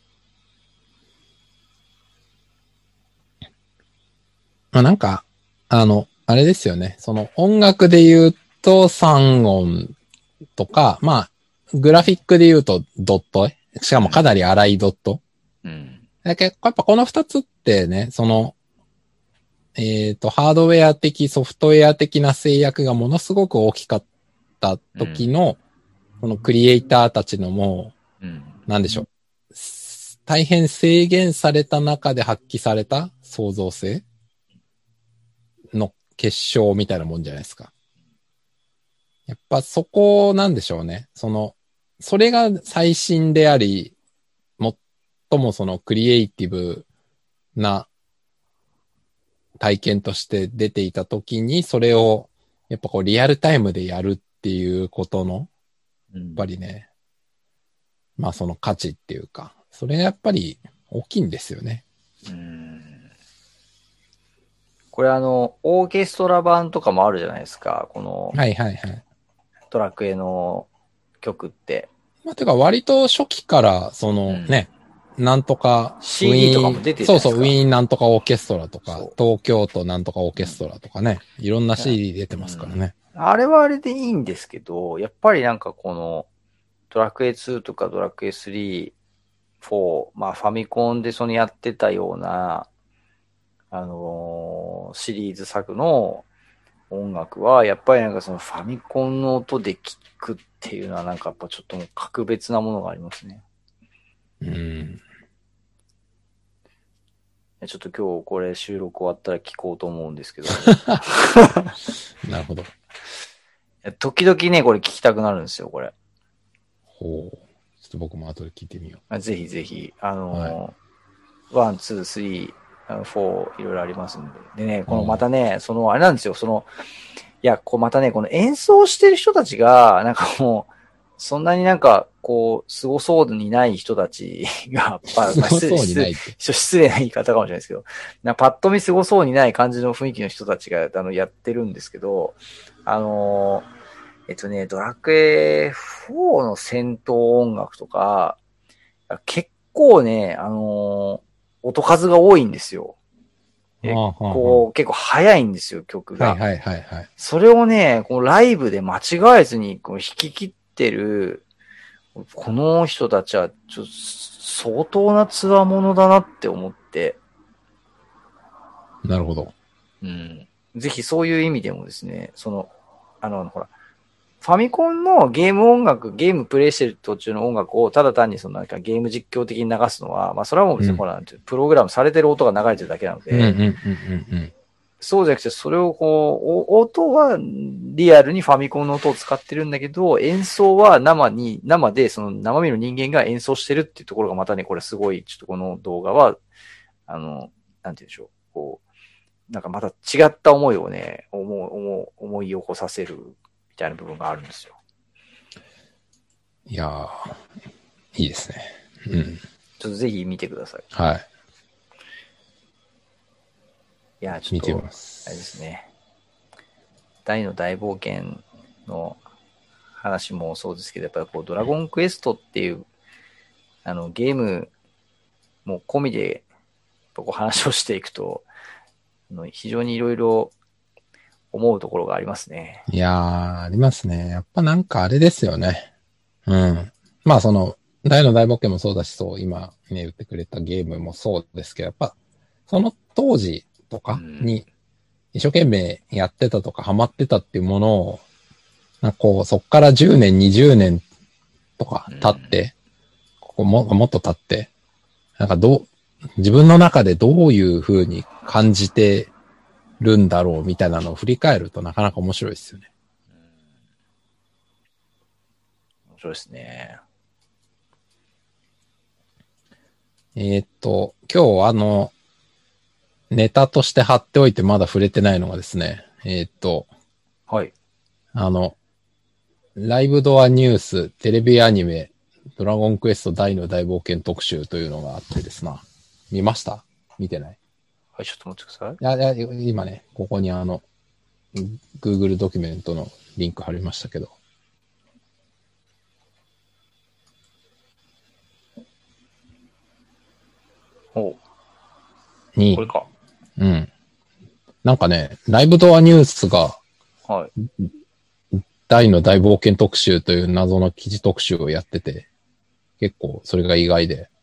まあなんか、あの、あれですよね。その音楽で言うとさん音とか、まあ、グラフィックで言うとドット、しかもかなり粗いドット。うん。だけど、やっぱこの二つってね、その、えっと、ハードウェア的、ソフトウェア的な制約がものすごく大きかった時の、うん、このクリエイターたちのもう、うん、なんでしょう。大変制限された中で発揮された創造性の結晶みたいなもんじゃないですか。やっぱそこなんでしょうね。その、それが最新であり、最もそのクリエイティブな体験として出ていたときに、それをやっぱこうリアルタイムでやるっていうことの、やっぱりね、うん、まあその価値っていうか、それやっぱり大きいんですよね。うん、 これあの、オーケストラ版とかもあるじゃないですか、この。 はいはいはい。 ドラクエの曲って。 まあてか割と初期からそのね、うん、なんとか、 シーディー とかも出てるじゃないですか。そうそう、ウィーンなんとかオーケストラとか、東京都なんとかオーケストラとかね、うん、いろんな シーディー 出てますからね、 うん。あれはあれでいいんですけど、やっぱりなんかこの、ドラクエツーとかドラクエスリー、フォー、まあファミコンでそのやってたような、あのー、シリーズ作の音楽は、やっぱりなんかそのファミコンの音で聴くっていうのはなんかやっぱちょっともう格別なものがありますね。うん。ちょっと今日これ収録終わったら聞こうと思うんですけど。 なるほど。 時々ね、これ聞きたくなるんですよ、これ。 ほう。ちょっと僕も後で聞いてみよう。 ぜひぜひ、あのー、ワン、ツー、スリー、フォー、いろいろありますんで。でね、このまたね、その、あれなんですよ、その、いや、こうまたね、この演奏してる人たちが、なんかもう、 そんなになんか、こう、凄そうにない人たちが、まあ、 すご失礼そうにないって。 失礼な言い方かもしれないですけど、なパッと見凄そうにない感じの雰囲気の人たちが、あの、やってるんですけど、あのー、えっとね、ドラクエフォーの戦闘音楽とか、結構ね、あのー、音数が多いんですよ。結構、結構早いんですよ、曲が。 はいはいはいはい。 それをね、こうライブで間違えずにこう弾き切ってる、この人たちは、ちょっと相当な強者だなって思って。 なるほど。 うん。ぜひそういう意味でもですね、その、あの、ほら、ファミコンのゲーム音楽、ゲームプレイしてる途中の音楽をただ単にそのなんかゲーム実況的に流すのは、まあそれはもう別にほら、うん、プログラムされてる音が流れてるだけなので、 うんうんうんうんうん。 そうじゃなくて、それをこう、音はリアルにファミコンの音を使ってるんだけど、演奏は生に、生でその生身の人間が演奏してるっていうところがまたね、これすごい、ちょっとこの動画は、あの、なんて言うんでしょう、こう、なんかまた違った思いをね、思う、思う、思い起こさせるみたいな部分があるんですよ。 いやー、いいですね。うん。 ちょっとぜひ見てください。 はい。 いや、ちょっと、 見てみます。 あれですね。大の大冒険の話もそうですけど、やっぱりこう、ドラゴンクエストっていう、あの、ゲームも込みで、こう話をしていくと、あの非常にいろいろ思うところがありますね。 いやー、ありますね。やっぱなんかあれですよね。うん。まあその、大の大冒険もそうだし、そう、今ね、言ってくれたゲームもそうですけど、やっぱ、その当時とかに一生懸命やってたとかハマってたっていうものを、なんかこう、そっからじゅうねん、にじゅうねんとか経って、ここも、もっと経って、なんかどう、自分の中でどういう風に感じてるんだろうみたいなのを振り返るとなかなか面白いですよね。 面白いですね。 えーっと、今日あの、ネタとして貼っておいてまだ触れてないのがですね、えーっと、 はい。 あの、ライブドアニュース、テレビアニメ、ドラゴンクエスト大の大冒険特集というのがあってですな。見ました？見てない？ はい、ちょっと待ってください。 いや、いや、今ね、ここにあの、Google ドキュメントのリンク貼りましたけど。 おに、 これか。 うん。なんかね、ライブドアニュースが、 はい。 大の大冒険特集という謎の記事特集をやってて、結構それが意外で、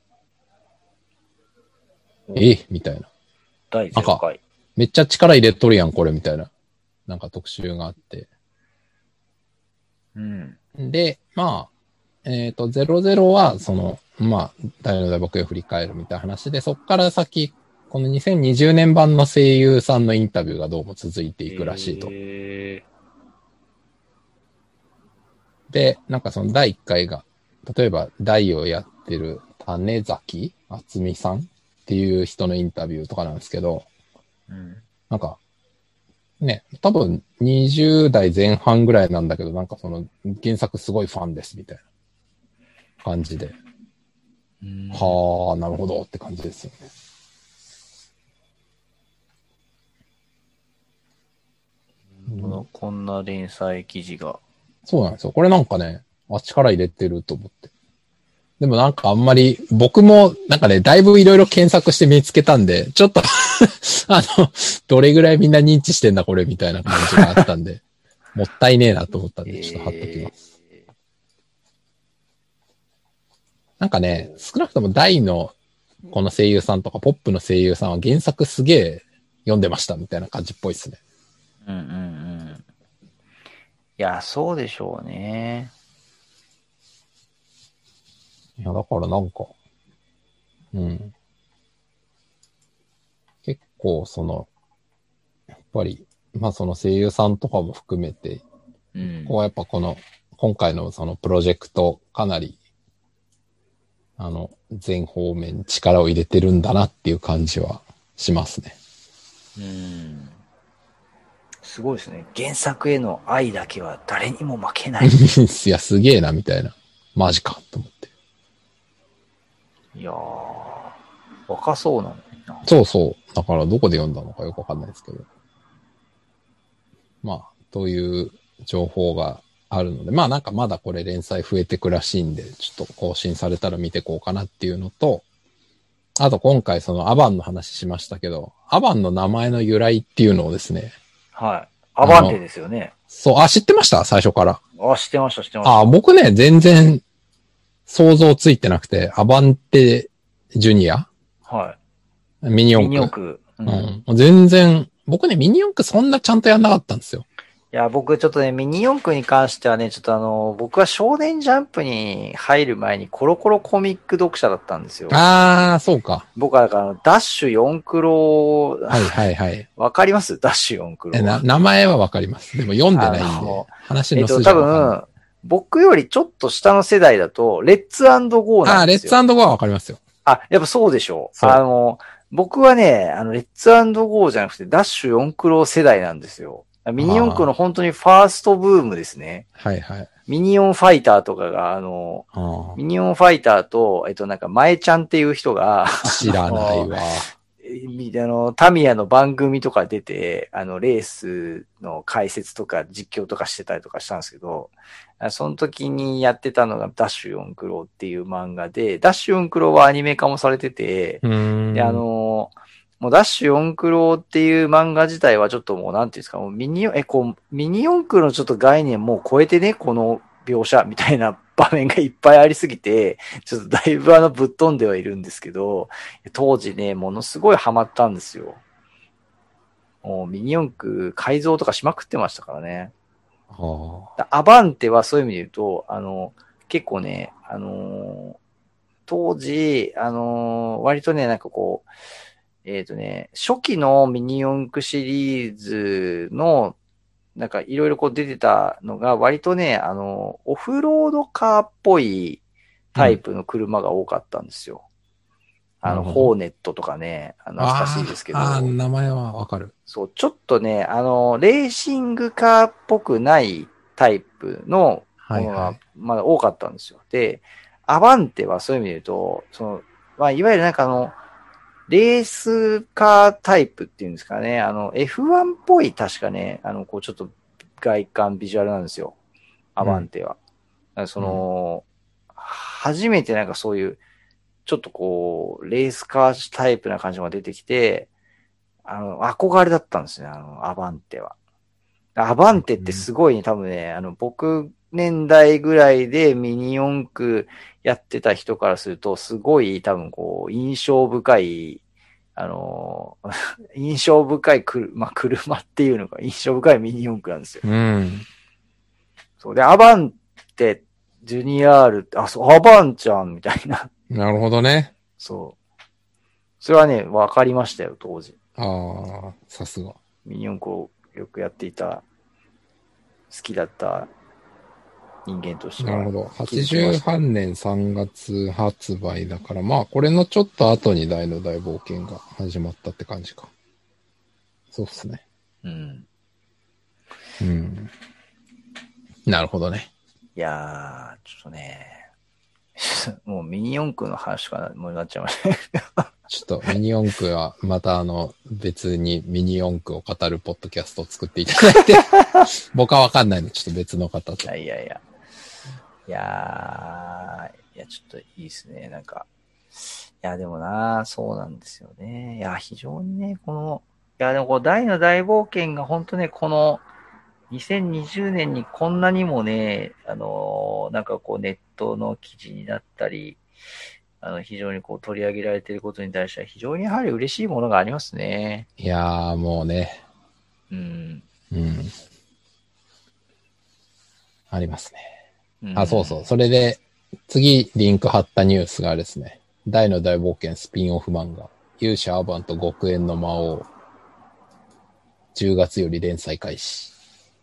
えみたいな。 だいゼロかい。 めっちゃ力入れとるやん、これ、みたいな。なんか特集があって。 うん。 で、まあ、えっ、と、ゼロゼロは、その、まあ、大の大冒険を振り返るみたいな話で、そっから先、このにせんにじゅうねん版の声優さんのインタビューがどうも続いていくらしいと。 えで、なんかそのだいいっかいが、例えば大をやってる種崎厚美さんっていう人のインタビューとかなんですけど、 ー、うん。 なんか、ね、多分にじゅう代前半ぐらいなんだけど、なんかその原作すごいファンですみたいな感じで。 うん、 はあ、なるほどって感じですよね。 このこんな連載記事が。 そうなんですよ。これなんかね、あ、力入れてると思って。でもなんかあんまり、僕もなんかね、だいぶいろいろ検索して見つけたんで、ちょっとあの、どれぐらいみんな認知してんだこれみたいな感じがあったんで、もったいねえなと思ったんで、ちょっと貼っときます。 えー、 なんかね、少なくとも大のこの声優さんとかポップの声優さんは原作すげえ読んでましたみたいな感じっぽいですね。 うんうんうん。いや、そうでしょうね。 いや、だからなんか、うん。結構その、やっぱり、まあその声優さんとかも含めて、 うん。 こうやっぱこの、今回のそのプロジェクト、かなり、あの、全方面力を入れてるんだなっていう感じはしますね。 うん。 すごいですね。原作への愛だけは誰にも負けない。 いや、すげえな、みたいな。マジか、と思って。 いやー、若そうなのにな。 そうそう。だからどこで読んだのかよくわかんないですけど。まあ、という情報があるので、まあなんかまだこれ連載増えてくらしいんで、ちょっと更新されたら見てこうかなっていうのと、あと今回そのアバンの話しましたけど、アバンの名前の由来っていうのをですね。 はい。アバンテですよね。 そう、あ、知ってました最初から。 あ、知ってました、知ってました。 あ、僕ね、全然想像ついてなくて、アバンテジュニアはい。 ミニ四駆。 ミニ四駆。 うん。うん、全然、僕ね、ミニ四駆そんなちゃんとやんなかったんですよ。 いや、僕ちょっとね、ミニ四駆に関してはね、ちょっとあの、僕は少年ジャンプに入る前にコロコロコミック読者だったんですよ。 あー、そうか。 僕はだから、ダッシュ四クロ、 はいはいはい。 わかりますダッシュ四クロ。 えな、名前はわかります。でも読んでないんで、話の筋はわかんない。えっと、多分、 僕よりちょっと下の世代だと、レッツゴーなんですよ。 あー、レッツゴーはわかりますよ。 あ、やっぱそうでしょう。あの、僕はね、あの、レッツゴーじゃなくて、ダッシュ四クロ世代なんですよ。ミニ四駆の本当にファーストブームですね。 はいはい。 ミニオンファイターとかが、あの、ミニオンファイターと、えっと、なんか、前ちゃんっていう人が、 知らないわ。 あの、タミヤの番組とか出て、あの、レースの解説とか実況とかしてたりとかしたんですけど、その時にやってたのがダッシュ四クロっていう漫画で、ダッシュ四クロはアニメ化もされてて、で、あの、もうダッシュ四クロっていう漫画自体はちょっともうなんていうんですか、もうミニ、え、こう、ミニ四駆のちょっと概念もう超えてね、この描写みたいな場面がいっぱいありすぎて、ちょっとだいぶあのぶっ飛んではいるんですけど、当時ね、ものすごいハマったんですよ。もうミニ四駆改造とかしまくってましたからね。アバンテはそういう意味で言うと、あの、結構ね、あのー、当時、あのー、割とね、なんかこう、えっとね、初期のミニ四駆シリーズの、なんかいろいろこう出てたのが、割とね、あの、オフロードカーっぽいタイプの車が多かったんですよ。うん、あの、ホーネットとかね、懐かしいですけど。 ああ、名前はわかる。 そう、ちょっとね、あの、レーシングカーっぽくないタイプのものがまだ多かったんですよ。はいはい、で、アバンテはそういう意味で言うと、その、まあ、いわゆるなんかあの、レースカータイプっていうんですかね。あの、エフワン っぽい確かね、あの、こうちょっと外観、ビジュアルなんですよ。アバンテは。うん、その、うん、初めてなんかそういう、ちょっとこう、レースカータイプな感じが出てきて、あの、憧れだったんですね、あの、アバンテは。アバンテってすごいね、多分ね、あの、僕年代ぐらいでミニ四駆やってた人からすると、すごい多分こう、印象深い、あの、印象深いくる、まあ、車っていうのが印象深いミニ四駆なんですよ。 うん。 そうで、アバンテ、ジュニアールって、あ、そう、アバンちゃんみたいな。 なるほどね。 そう。それはね、わかりましたよ、当時。 ああ、さすが。 ミニ四駆をよくやっていた、好きだった人間としては。 なるほど。はちじゅうはちねんさんがつ発売だから、まあ、これのちょっと後に大の大冒険が始まったって感じか。そうっすね。 うん。 うん。なるほどね。 いやー、ちょっとね、もうミニ四駆の話からもうなっちゃいました。 ちょっとミニ四駆はまたあの別にミニ四駆を語るポッドキャストを作っていただいて、僕はわかんないのでちょっと別の方と。 いやいやいや。いやー、いやちょっといいですね。なんか、いやでもな、そうなんですよね。いや、非常にね、この、いやでもこう大の大冒険が本当ね、このにせんにじゅうねんにこんなにもね、あのー、なんかこうネットの記事になったり、あの、非常にこう取り上げられていることに対しては非常にやはり嬉しいものがありますね。 いやーもうね。 うん。 うん。ありますね。 うん、 あ、そうそう。それで、次リンク貼ったニュースがですね、大の大冒険スピンオフ漫画、勇者アバンと極縁の魔王、じゅうがつより連載開始。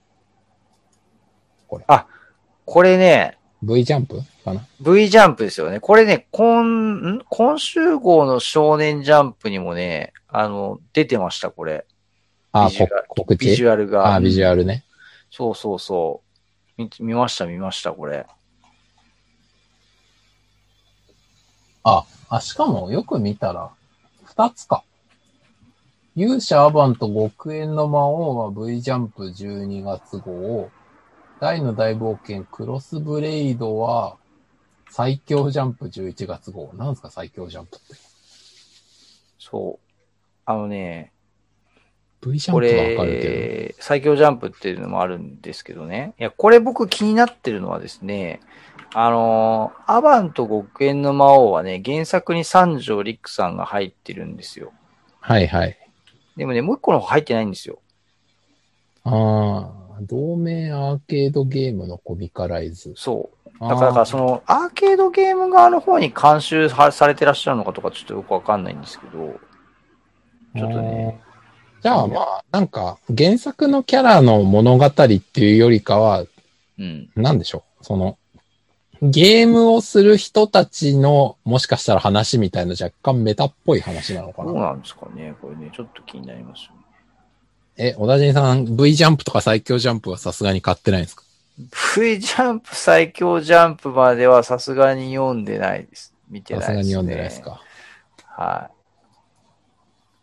これ。 あ、これね、 V ジャンプかな V ジャンプですよね。これね、今、ん今週号の少年ジャンプにもね、あの、出てました、これ。 あ、 ビジュアル告知ビジュアルが。 あ、ビジュアルね。 そうそうそう。見、見ました見ました、これ。 あ、あ、しかもよく見たら、二つか。勇者アバンと極限の魔王は V ジャンプじゅうにがつ号、大の大冒険クロスブレイドは最強ジャンプじゅういちがつ号。なんですか最強ジャンプって。 そう。あのね、 V ジャンプはわかるけど。 これ、最強ジャンプっていうのもあるんですけどね。いや、これ僕気になってるのはですね、あのー、アバンと極限の魔王はね、原作に三条陸さんが入ってるんですよ。 はいはい。 でもね、もう一個の方入ってないんですよ。 ああ、同名アーケードゲームのコミカライズ。 そう。だから、だからその、アーケードゲーム側の方に監修されてらっしゃるのかとかちょっとよくわかんないんですけど、ちょっとね。 じゃあまあ、なんか、原作のキャラの物語っていうよりかは、 うん。 なんでしょう。その、ゲームをする人たちの、もしかしたら話みたいな若干メタっぽい話なのかな。 どうなんですかねこれね、ちょっと気になりますよね。 え、小田人さん、V ジャンプとか最強ジャンプはさすがに買ってないんですか？ V ジャンプ最強ジャンプまではさすがに読んでないです。見てさないですね。 すがに読んでないですか？ はい。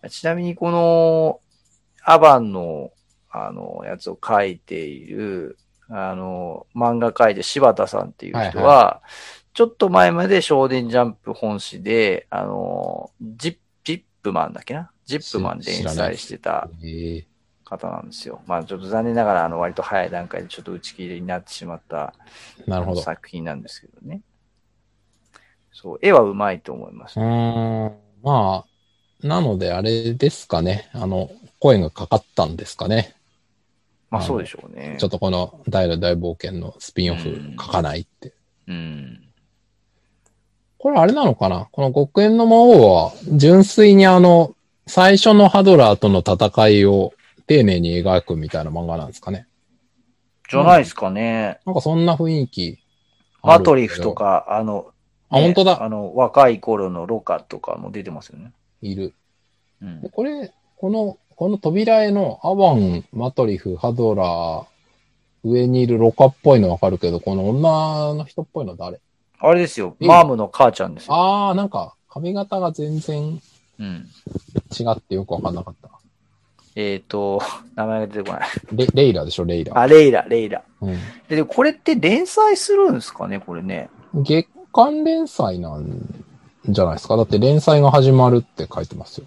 ちなみにこの、アバンの、あの、やつを書いている、あの、漫画書いて柴田さんっていう人は、 はいはちょっと前まで少年ジャンプ本誌で、あの、ジッ、ジップマンだっけなジップマン連載してた方なんですよ。まあちょっと残念ながら、あの、割と早い段階でちょっと打ち切りになってしまった、 なるほど。 作品なんですけどね。そう、絵はうまいと思います、 ね。うーん。まあ、なのであれですかね。あの、声がかかったんですかね。 まあそうでしょうね。 ちょっとこの大の大冒険のスピンオフ書かないって。 うん。うんこれあれなのかな？この極限の魔王は純粋にあの、最初のハドラーとの戦いを丁寧に描くみたいな漫画なんですかね。 じゃないですかね。 なんかそんな雰囲気あるけど。 マトリフとか、あの、 あ、本当だ。 あの、若い頃のロカとかも出てますよね。 いる。 うん。 でこれ、この、この扉絵のアバン、マトリフ、ハドラー、上にいるロカっぽいのわかるけど、この女の人っぽいの誰？ あれですよ。マームの母ちゃんですよ。 あー、なんか髪型が全然うん。 違ってよくわかんなかった。 えっ、ー、と、名前が出てこない。 レレイラでしょ、レイラ。 あ、レイラ、レイラ。 うん。 で、でこれって連載するんですかね、これね。 月刊連載なんじゃないですか。だって連載が始まるって書いてますよ。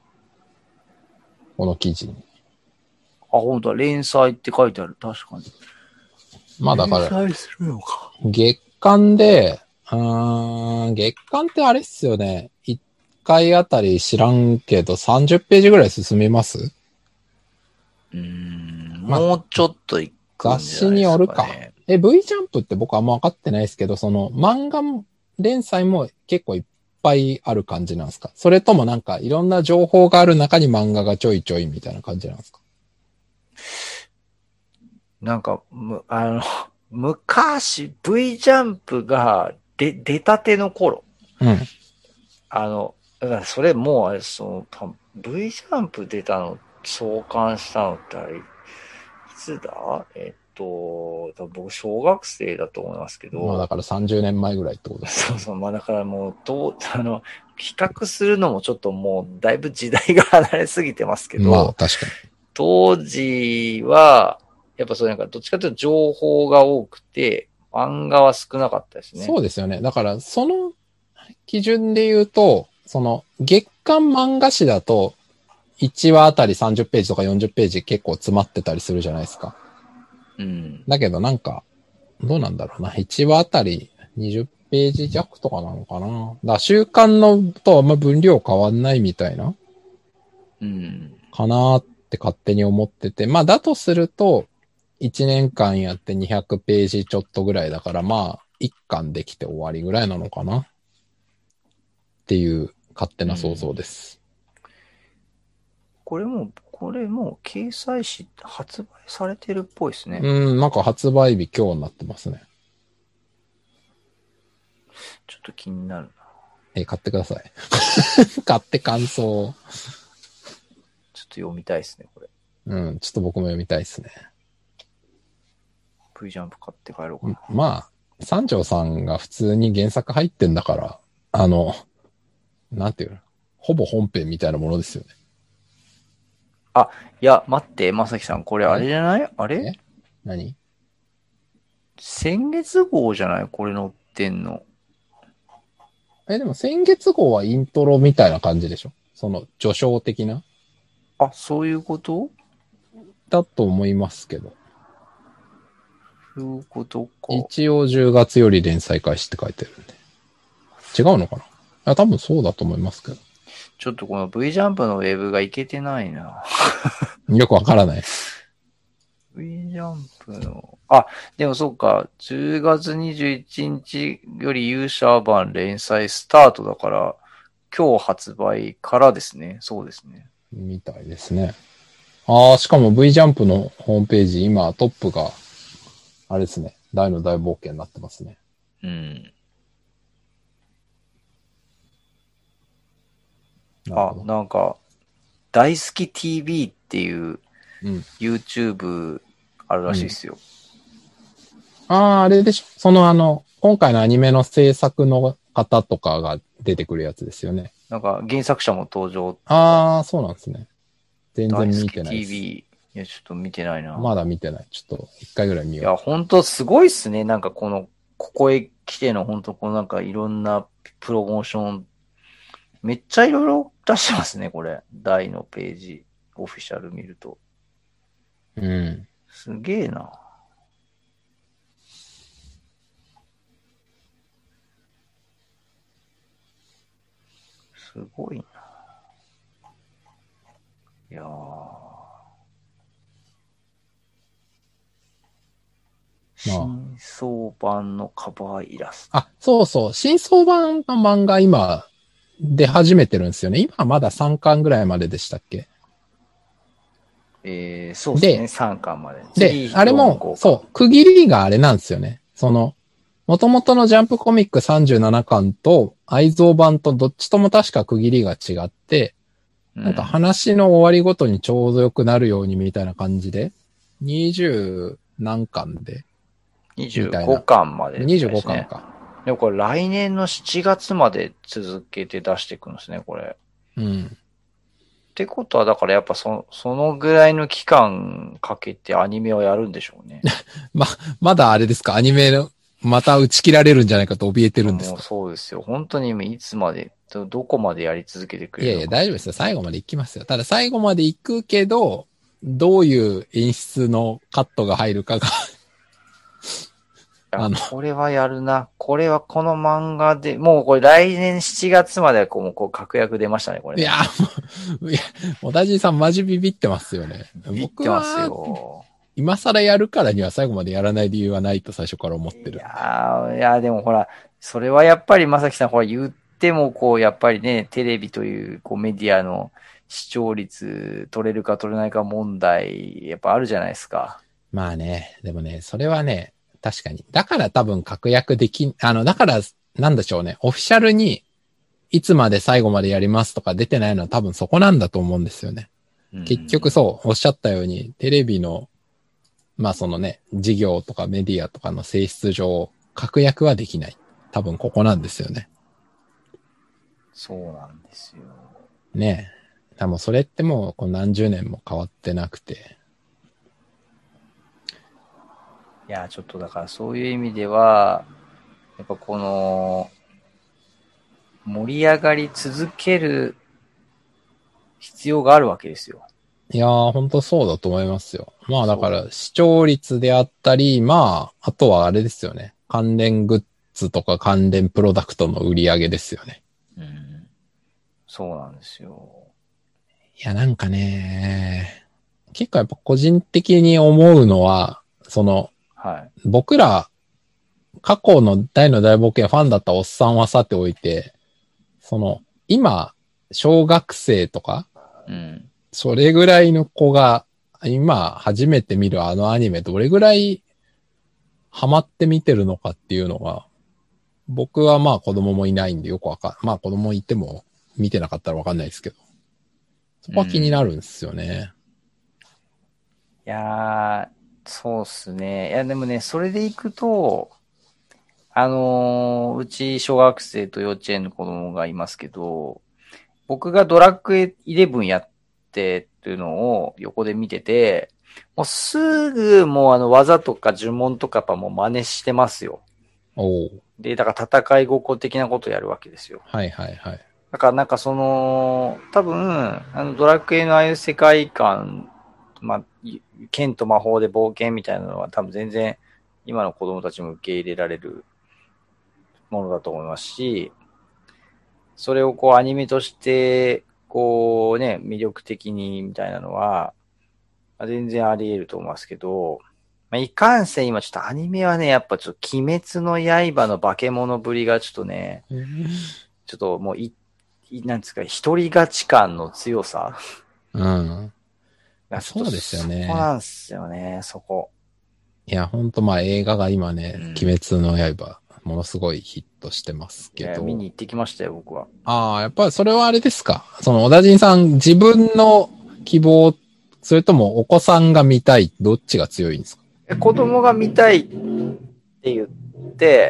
この記事に。 あ、本当だ。連載って書いてある。確かに。 まあだから、 連載するのか。 月刊で、うーん、月刊ってあれっすよね。いっかいあたり知らんけどさんじゅっページぐらい進みます？ うーん、 まあもうちょっといくんじゃないですか、ね。 雑誌によるか。え、V ジャンプって僕あんま分かってないですけど、その漫画連載も結構いっぱいある感じなんですか？それともなんかいろんな情報がある中に漫画がちょいちょいみたいな感じなんですか？ なんか、む、あの、昔 V ジャンプが出、出たての頃。 うん。 あの、だからそれもうあれ、その、多分 V ジャンプ出たの、創刊したのってあれ、いつだえっと、多分僕小学生だと思いますけど。 まあだからさんじゅうねんまえぐらいってことです。 そうそう、まあだからもう、どう、あの、比較するのもちょっともう、だいぶ時代が離れすぎてますけど。 まあ確かに。 当時は、やっぱそうなんか、どっちかというと情報が多くて、漫画は少なかったですね。 そうですよね。だから、その基準で言うと、その、月刊漫画誌だと、いちわあたりさんじゅっページとかよんじゅっページ結構詰まってたりするじゃないですか。 うん。 だけどなんか、どうなんだろうな。いちわあたりにじゅっページ弱とかなのかな。だから週刊のとあんま分量変わんないみたいな。 うん。 かなーって勝手に思ってて。まあだとすると、いちねんかんやってにひゃくページちょっとぐらいだからまあ、いっかんできて終わりぐらいなのかなっていう勝手な想像です。 うん、これも、これも掲載誌発売されてるっぽいですね。 うん、なんか発売日今日になってますね。 ちょっと気になるな。 え、買ってください。買って感想。 ちょっと読みたいですね、これ。 うん、ちょっと僕も読みたいですね。 V ジャンプ買って帰ろうかな。 まあ、三条さんが普通に原作入ってんだから、あの、なんていうの、ほぼ本編みたいなものですよね。 あ、いや、待って、まさきさん、これあれえじゃないあれえ何先月号じゃないこれ載ってんの。 え、でも先月号はイントロみたいな感じでしょ？その序章的なあ、そういうことだと思いますけど。 そういうことか。 一応じゅうがつより連載開始って書いてるんで。違うのかな？あ、多分そうだと思いますけど。 ちょっとこの V ジャンプのウェブがいけてないな。 よくわからない。 V ジャンプの、あ、でもそうか、じゅうがつにじゅういちにちより勇者版連載スタートだから、今日発売からですね。そうですね。 みたいですね。ああ、しかも V ジャンプのホームページ、今トップが、あれですね。大の大冒険になってますね。 うん。あ、 なるほど。 なんか、大好き ティーブイ っていううん。 YouTube あるらしいですよ。 ああ、あれでしょ。そのあの、今回のアニメの制作の方とかが出てくるやつですよね。 なんか原作者も登場とか。 ああ、そうなんですね。全然見大好きてないです。 ティーブイ。いや、ちょっと見てないな。 まだ見てない。ちょっと一回ぐらい見よいや、ほんとすごいっすね。なんかこの、ここへ来てのほんとこのなんかいろんなプロモーション、めっちゃいろいろ出してますね、これ。大のページ、オフィシャル見ると。 う。うん。 すげえな。すごいな。いやー。 ま新装版のカバーイラスト。 あ。あ、そうそう。新装版の漫画今、出始めてるんですよね。今まださんかんぐらいまででしたっけ？ えー、そうですで、 ね。さんかんまで。 で、 次、 あれよん、 も、 ごか。 そう、区切りがあれなんですよね。その、元々のジャンプコミックさんじゅうななかんと愛蔵版とどっちとも確か区切りが違って、なんか話の終わりごとにちょうどよくなるようにみたいな感じで、にじゅう何巻で、 にじゅうごみたいな。 かんまで、ね。 にじゅうごかんか。 でもこれ来年のしちがつまで続けて出していくんですね、これ。 うん。 ってことは、だからやっぱそそのぐらいの期間かけてアニメをやるんでしょうね。 ま、まだあれですか、アニメの、また打ち切られるんじゃないかと怯えてるんですもうか？ そうですよ。本当に今いつまで、どどこまでやり続けてくれるのか。 いやいや、大丈夫ですよ。最後まで行きますよ。ただ最後まで行くけど、どういう演出のカットが入るかがあの、 これはやるな。これはこの漫画で、もうこれ来年しちがつまではこう、もうこう確約出ましたね、これ、ね。 いや、もう、いや、小田地さんマジビビってますよね。 ビって僕ますは、 よ。 今更やるからには最後までやらない理由はないと最初から思っている。 やー、いや、でもほら、それはやっぱりまさきさん、ほら言ってもこう、やっぱりね、テレビというこうメディアの視聴率取れるか取れないか問題、やっぱあるじゃないですか。 まあね、でもね、それはね、確かに。だから多分確約できん、あの、だから、なんでしょうね。オフィシャルに、いつまで最後までやりますとか出てないのは多分そこなんだと思うんですよね。結局そう、おっしゃったように、テレビの、まあそのね、事業とかメディアとかの性質上、確約はできない。多分ここなんですよね。 そうなんですよ。 ねえ。多分それってもうこう何十年も変わってなくて。 いや、ちょっとだからそういう意味では、やっぱこの、盛り上がり続ける必要があるわけですよ。 いやー、本当そうだと思いますよ。まあだかそら視聴率であったり、まあ、あとはあれですよね。関連グッズとか関連プロダクトの売り上げですよね。 う。うん。そうなんですよ。 いや、なんかね、結構やっぱ個人的に思うのは、その、 はい。 僕ら、過去の大の大冒険ファンだったおっさんはさておいて、その、今、小学生とか、 うん。 それぐらいの子が、今、初めて見るあのアニメ、どれぐらいハマって見てるのかっていうのが、僕はまあ子供もいないんでよくわかん、まあ子供いても見てなかったらわかんないですけど、そこは気になるんですよね。 やー、そうっすね。いや、でもね、それでいくと、あのーうち小学生と幼稚園の子供がいますけど、僕がドラッグイレブンやってっていうのを横で見てて、もうすぐもうあの技とか呪文とかやっぱもう真似してますよ。 おお。 で、だから戦いごっこ的なことをやるわけですよ。 はいはいはい。 だからなんかその、多分、あのドラクエのああいう世界観、まあ、い剣と魔法で冒険みたいなのは多分全然今の子供たちも受け入れられるものだと思いますし、それをこうアニメとして、こうね、魅力的にみたいなのは、まあ全然あり得ると思いますけど、まあ、いかんせん今ちょっとアニメはね、やっぱちょっと鬼滅の刃の化け物ぶりがちょっとね、ちょっともうい、いなんですか、一人勝ち感の強さうん。 がちょっとそうですよね。 そこなんですよね、そこ。 いや、ほんとまあ映画が今ね、 うん鬼滅の刃、ものすごいヒットしてますいや、 けど。 見に行ってきましたよ、僕は。 ああ、やっぱりそれはあれですか。その小田人さん、自分の希望、それともお子さんが見たい、どっちが強いんですか？ え子供が見たいって言って、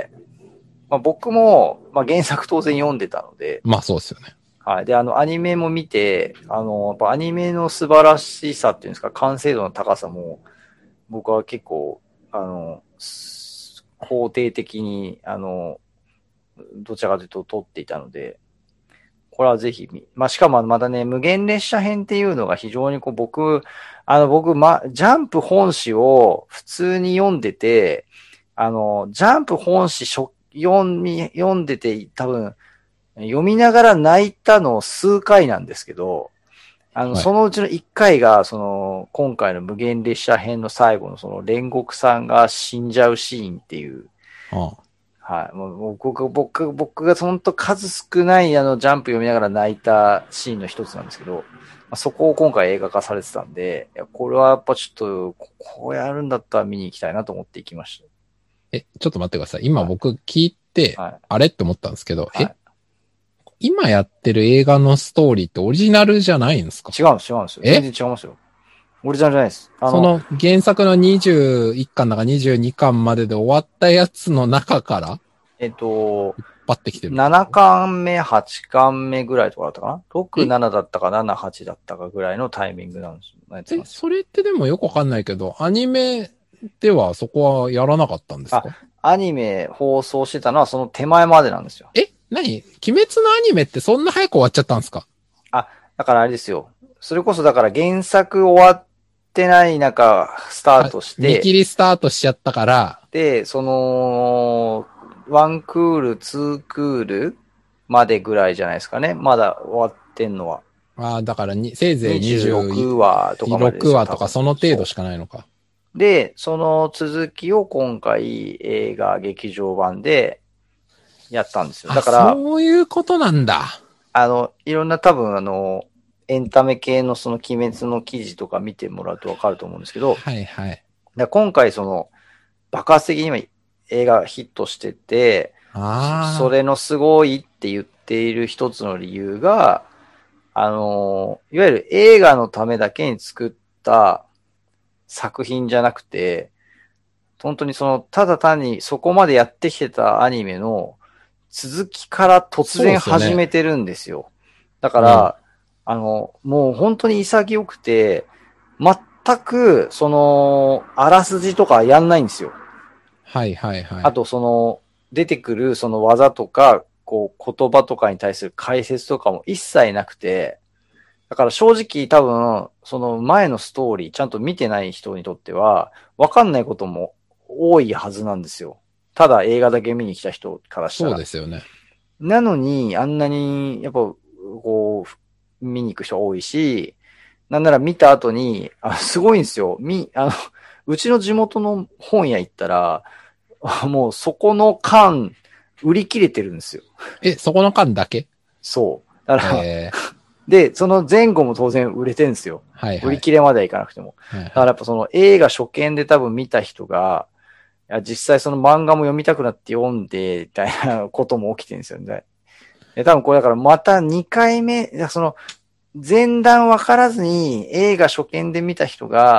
まあ、僕も、まあ、原作当然読んでたので、 まあそうですよね。 はい。で、あの、アニメも見て、あの、やっぱアニメの素晴らしさっていうんですか、完成度の高さも、僕は結構、あの、す肯定的に、あの、どちらかというと取っていたので、これはぜひ見、まあ、しかもまたね、無限列車編っていうのが非常にこう僕、あの僕、ま、ジャンプ本誌を普通に読んでて、あの、ジャンプ本誌初読み、読んでて多分、読みながら泣いたの数回なんですけど、あの、 はい。 そのうちのいっかいが、その、今回の無限列車編の最後のその煉獄さんが死んじゃうシーンっていう、 あはい。もう僕、僕、僕が本当数少ないあのジャンプ読みながら泣いたシーンの一つなんですけど、まあ、そこを今回映画化されてたんで、いやこれはやっぱちょっと、こうやるんだったら見に行きたいなと思って行きましえ、ちょっと待ってください。今はい僕聞いて、 はいあれって思ったんですけど、 はいえ、今やってる映画のストーリーってオリジナルじゃないんですか？ た。違うんです、違うんですよ。 え全然違いますよ。オリジナルじゃないです。あの、 その原作のにじゅういっかんだかにじゅうにかんまでで終わったやつの中からえっと、 引っ張ってきてる。 ななかんめ、はちかんめぐらいとかだったかな ?ろく、 えななだったかなな、はちだったかぐらいのタイミングなんですやつなんえ、 ですよ。 それってでもよくわかんないけど、アニメではそこはやらなかったんですか？ アニメ放送してたのはその手前までなんですよ。 え、何鬼滅のアニメってそんな早く終わっちゃったんですか？ あ、だからあれですよ。それこそだから原作終わってない中、スターあ、 トし見切て、 りスタートしちゃったから、 で、その、ワンクール、ツークールまでぐらいじゃないですかね。まだ終わってんのは。 あだからに、せいぜいにじゅうろくわとかまでですにじゅうろくよ。 わとかその程度しか。 かないのか。 で、その続きを今回映画劇場版でやったんですよ。 あ、 だから、 そういうことなんだ。 あの、いろんな多分あの、エンタメ系のその鬼滅の記事とか見てもらうとわかると思うんですけど、 はいはい。 だ今回その爆発的に今映画ヒットしてて、 あそれのすごいって言っている一つの理由が、あの、いわゆる映画のためだけに作った作品じゃなくて、本当にその、ただ単にそこまでやってきてたアニメの続きから突然始めてるんですよ。だから、あの、もう本当に潔くて、全く、その、あらすじとかやんないんですよ。 はいはいはい。 あと、その、出てくるその技とか、こう、言葉とかに対する解説とかも一切なくて、だから正直多分、その前のストーリーちゃんと見てない人にとっては、わかんないことも多いはずなんですよ。ただ映画だけ見に来た人からしたら。 そうですよね。 なのに、あんなに、やっぱ、こう、見に行く人多いし、なんなら見た後に、あ、すごいんですよ。み、あの、うちの地元の本屋行ったら、もうそこの缶、売り切れてるんですよ。 え、そこの間だけ？ そう。だから、 えー、 で、その前後も当然売れてるんですよ。 はいはい。 売り切れまではいかなくても。 はいはい、 だからやっぱその映画初見で多分見た人が、いや実際その漫画も読みたくなって読んで、みたいなことも起きてるんですよね。で多分これだからまたにかいめ、その前段分からずに映画初見で見た人が、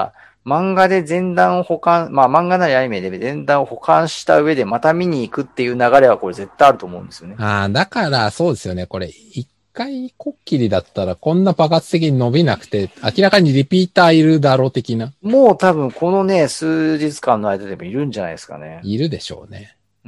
漫画で前段を保管、まあ漫画なりアニメで前段を保管した上でまた見に行くっていう流れはこれ絶対あると思うんですよね。 ああ、だからそうですよね。これ、一回こっきりだったらこんな爆発的に伸びなくて、明らかにリピーターいるだろう的な。 もう多分このね、数日間の間でもいるんじゃないですかね。 いるでしょうね。 うん。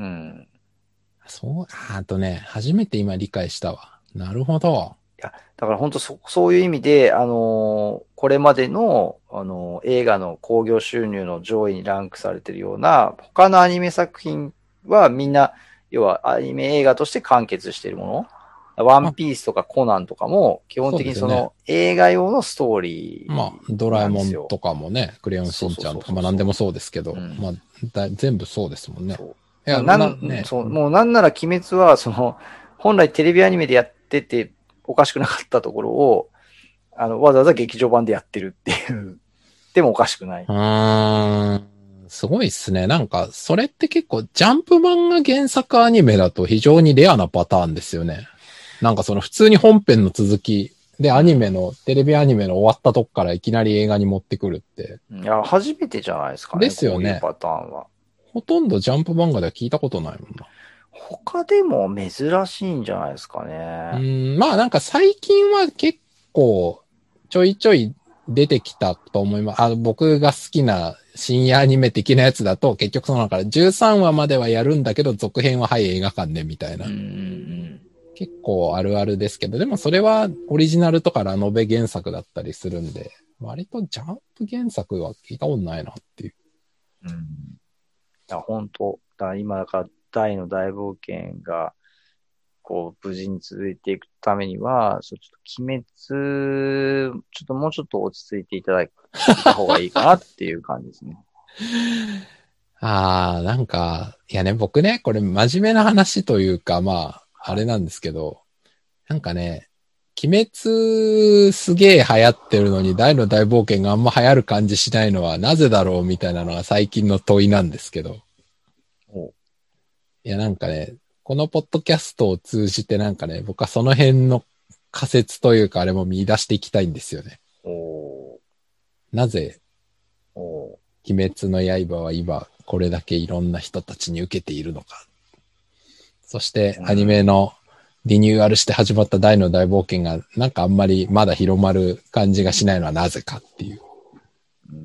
そう、あとね、初めて今理解したわ。なるほど。 いや、だから本当そ、そういう意味で、あのーこれまでの、あのー映画の興行収入の上位にランクされているような、他のアニメ作品はみんな、要はアニメ映画として完結しているもの。ワンあ、 ピースとかコナンとかも、基本的にその映画用のストーリまあ、ドーラえもなんですよ。 んとかもね、クレヨンしんちゃんとか、 そうそうそうそうまあ何でもそうですけど、 うんまあだ、全部そうですもんね。 そういや、 なな、ね、 んそう、もうなんなら鬼滅は、その、本来テレビアニメでやってておかしくなかったところを、あの、わざわざ劇場版でやってるっていう、でもおかしくない。 うーん、すごいっすね。なんか、それって結構、ジャンプ漫画原作アニメだと非常にレアなパターンですよね。なんかその普通に本編の続きでアニメの、テレビアニメの終わったとこからいきなり映画に持ってくるって。 いや、初めてじゃないですかね。 ですよね。 こういうパターンは。 ほとんどジャンプ漫画では聞いたことないもんな。 他でも珍しいんじゃないですかうね。 ーん、まあなんか最近は結構ちょいちょい出てきたと思います。あの僕が好きな深夜アニメ的なやつだと結局そのなんかじゅうさんわまではやるんだけど続編ははい映画館でみたいな。 うんうん結構あるあるですけど、でもそれはオリジナルとかラノベ原作だったりするんで、割とジャンプ原作は聞いたことないなっていう。 うん。うん。いや、本当だから今だから大の大冒険が、こう、無事に続いていくためには、そうちょっと鬼滅、ちょっともうちょっと落ち着いていただいた方がいいかなっていう感じですね。 ああ、なんか、いやね、僕ね、これ真面目な話というか、まあ、あれなんですけど、なんかね、鬼滅すげえ流行ってるのに大の大冒険があんま流行る感じしないのはなぜだろうみたいなのが最近の問いなんですけど。 おいやなんかね、このポッドキャストを通じてなんかね、僕はその辺の仮説というかあれも見出していきたいんですよね。 おなぜ、 お鬼滅の刃は今これだけいろんな人たちに受けているのか。そしてアニメのリニューアルして始まった大の大冒険がなんかあんまりまだ広まる感じがしないのはなぜかっていう。 うん、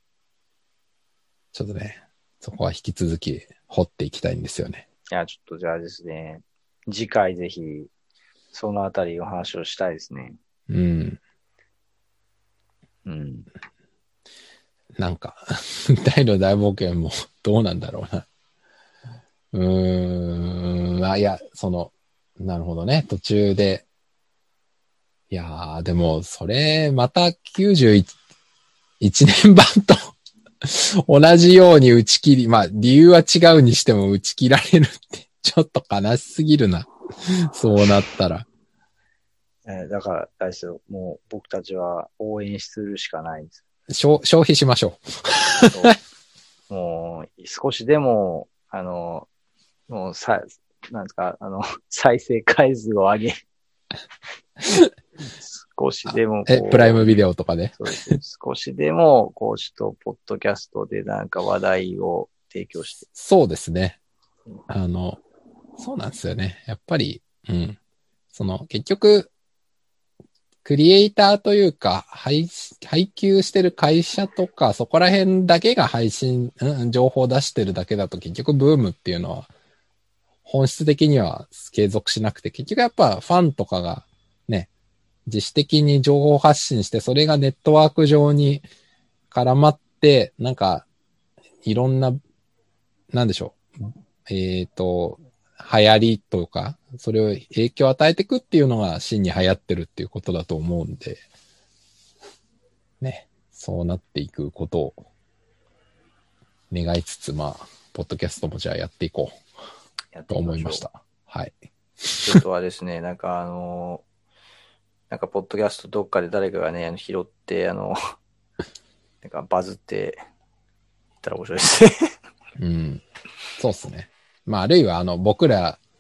ちょっとね、そこは引き続き掘っていきたいんですよね。 いや、ちょっとじゃあですね、次回ぜひ、そのあたりお話をしたいですね。 うん。 うん。 なんか、大の大冒険もどうなんだろうな。うーん。あ、いや、その、なるほどね。途中で。いやー、でも、それ、またきゅうじゅういちねん版と同じように打ち切り、まあ、理由は違うにしても打ち切られるって、ちょっと悲しすぎるな。そうなったら。 えーだから、あれですよ、もう僕たちは応援するしかないんです。 消消費しましょそうもう、少しでも、あの、もうさ、なんですか、あの、再生回数を上げ、少しでもう。え、プライムビデオとかで。 そうですね。少しでも、こうちょっと、ポッドキャストでなんか話題を提供して。 そうですね。あの、そうなんですよね。やっぱり、うん。その、結局、クリエイターというか、配、配給してる会社とか、そこら辺だけが配信、うん、情報を出してるだけだと結局ブームっていうのは、本質的には継続しなくて、結局やっぱファンとかがね、自主的に情報発信して、それがネットワーク上に絡まって、なんか、いろんな、なんでしょう。えっと、流行りとか、それを影響を与えていくっていうのが真に流行ってるっていうことだと思うんで、ね、そうなっていくことを願いつつ、まあ、ポッドキャストもじゃあやっていこうと思いました。はい。 ちょっとはですね、なんかあの、なんかポッドキャストどっかで誰かがね、拾って、あの、なんかバズっていったら面白いですね。 うん。そうっすね。まあ、あるいは、あの、僕ら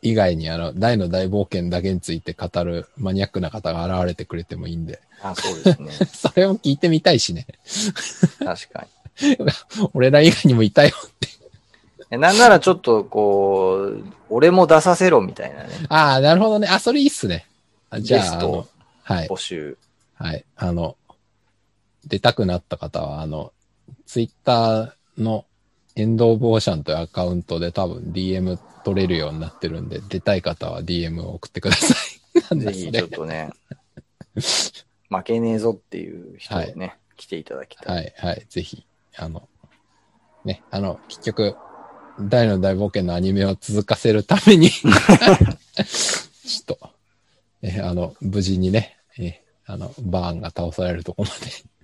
以外にあの、大の大冒険だけについて語るマニアックな方が現れてくれてもいいんで。 あ、そうですね。 それを聞いてみたいしね。 確かに。俺ら以外にもいたよって。 なんならちょっとこう、俺も出させろみたいなね。 ああ、なるほどね。あ、それいいっすね。じゃあ、 ゲストはい。 募集。 はい。あの、出たくなった方は、あの、ツイッターのエンドオブオーシャンというアカウントで多分 ディーエム 取れるようになってるんで、出たい方は ディーエム を送ってください。なんだそれ。 ぜひちょっとね、負けねえぞっていう人をね、はい、来ていただきたい。 はい、はい。ぜひ、あの、ね、あの、結局、大の大冒険のアニメを続かせるために、ちょっと、え、あの、無事にね、え、あの、バーンが倒されるとこまで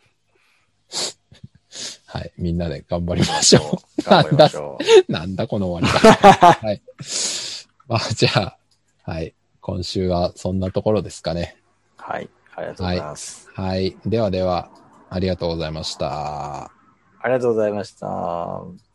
はい。みんなで頑張りましょう。 頑張りましょう。なんだ、なんだこの終わり方。はい。まあ、じゃあ、はい。今週はそんなところですかね。 はい。ありがとうございます。 はい。はい、ではでは、ありがとうございました。 ありがとうございました。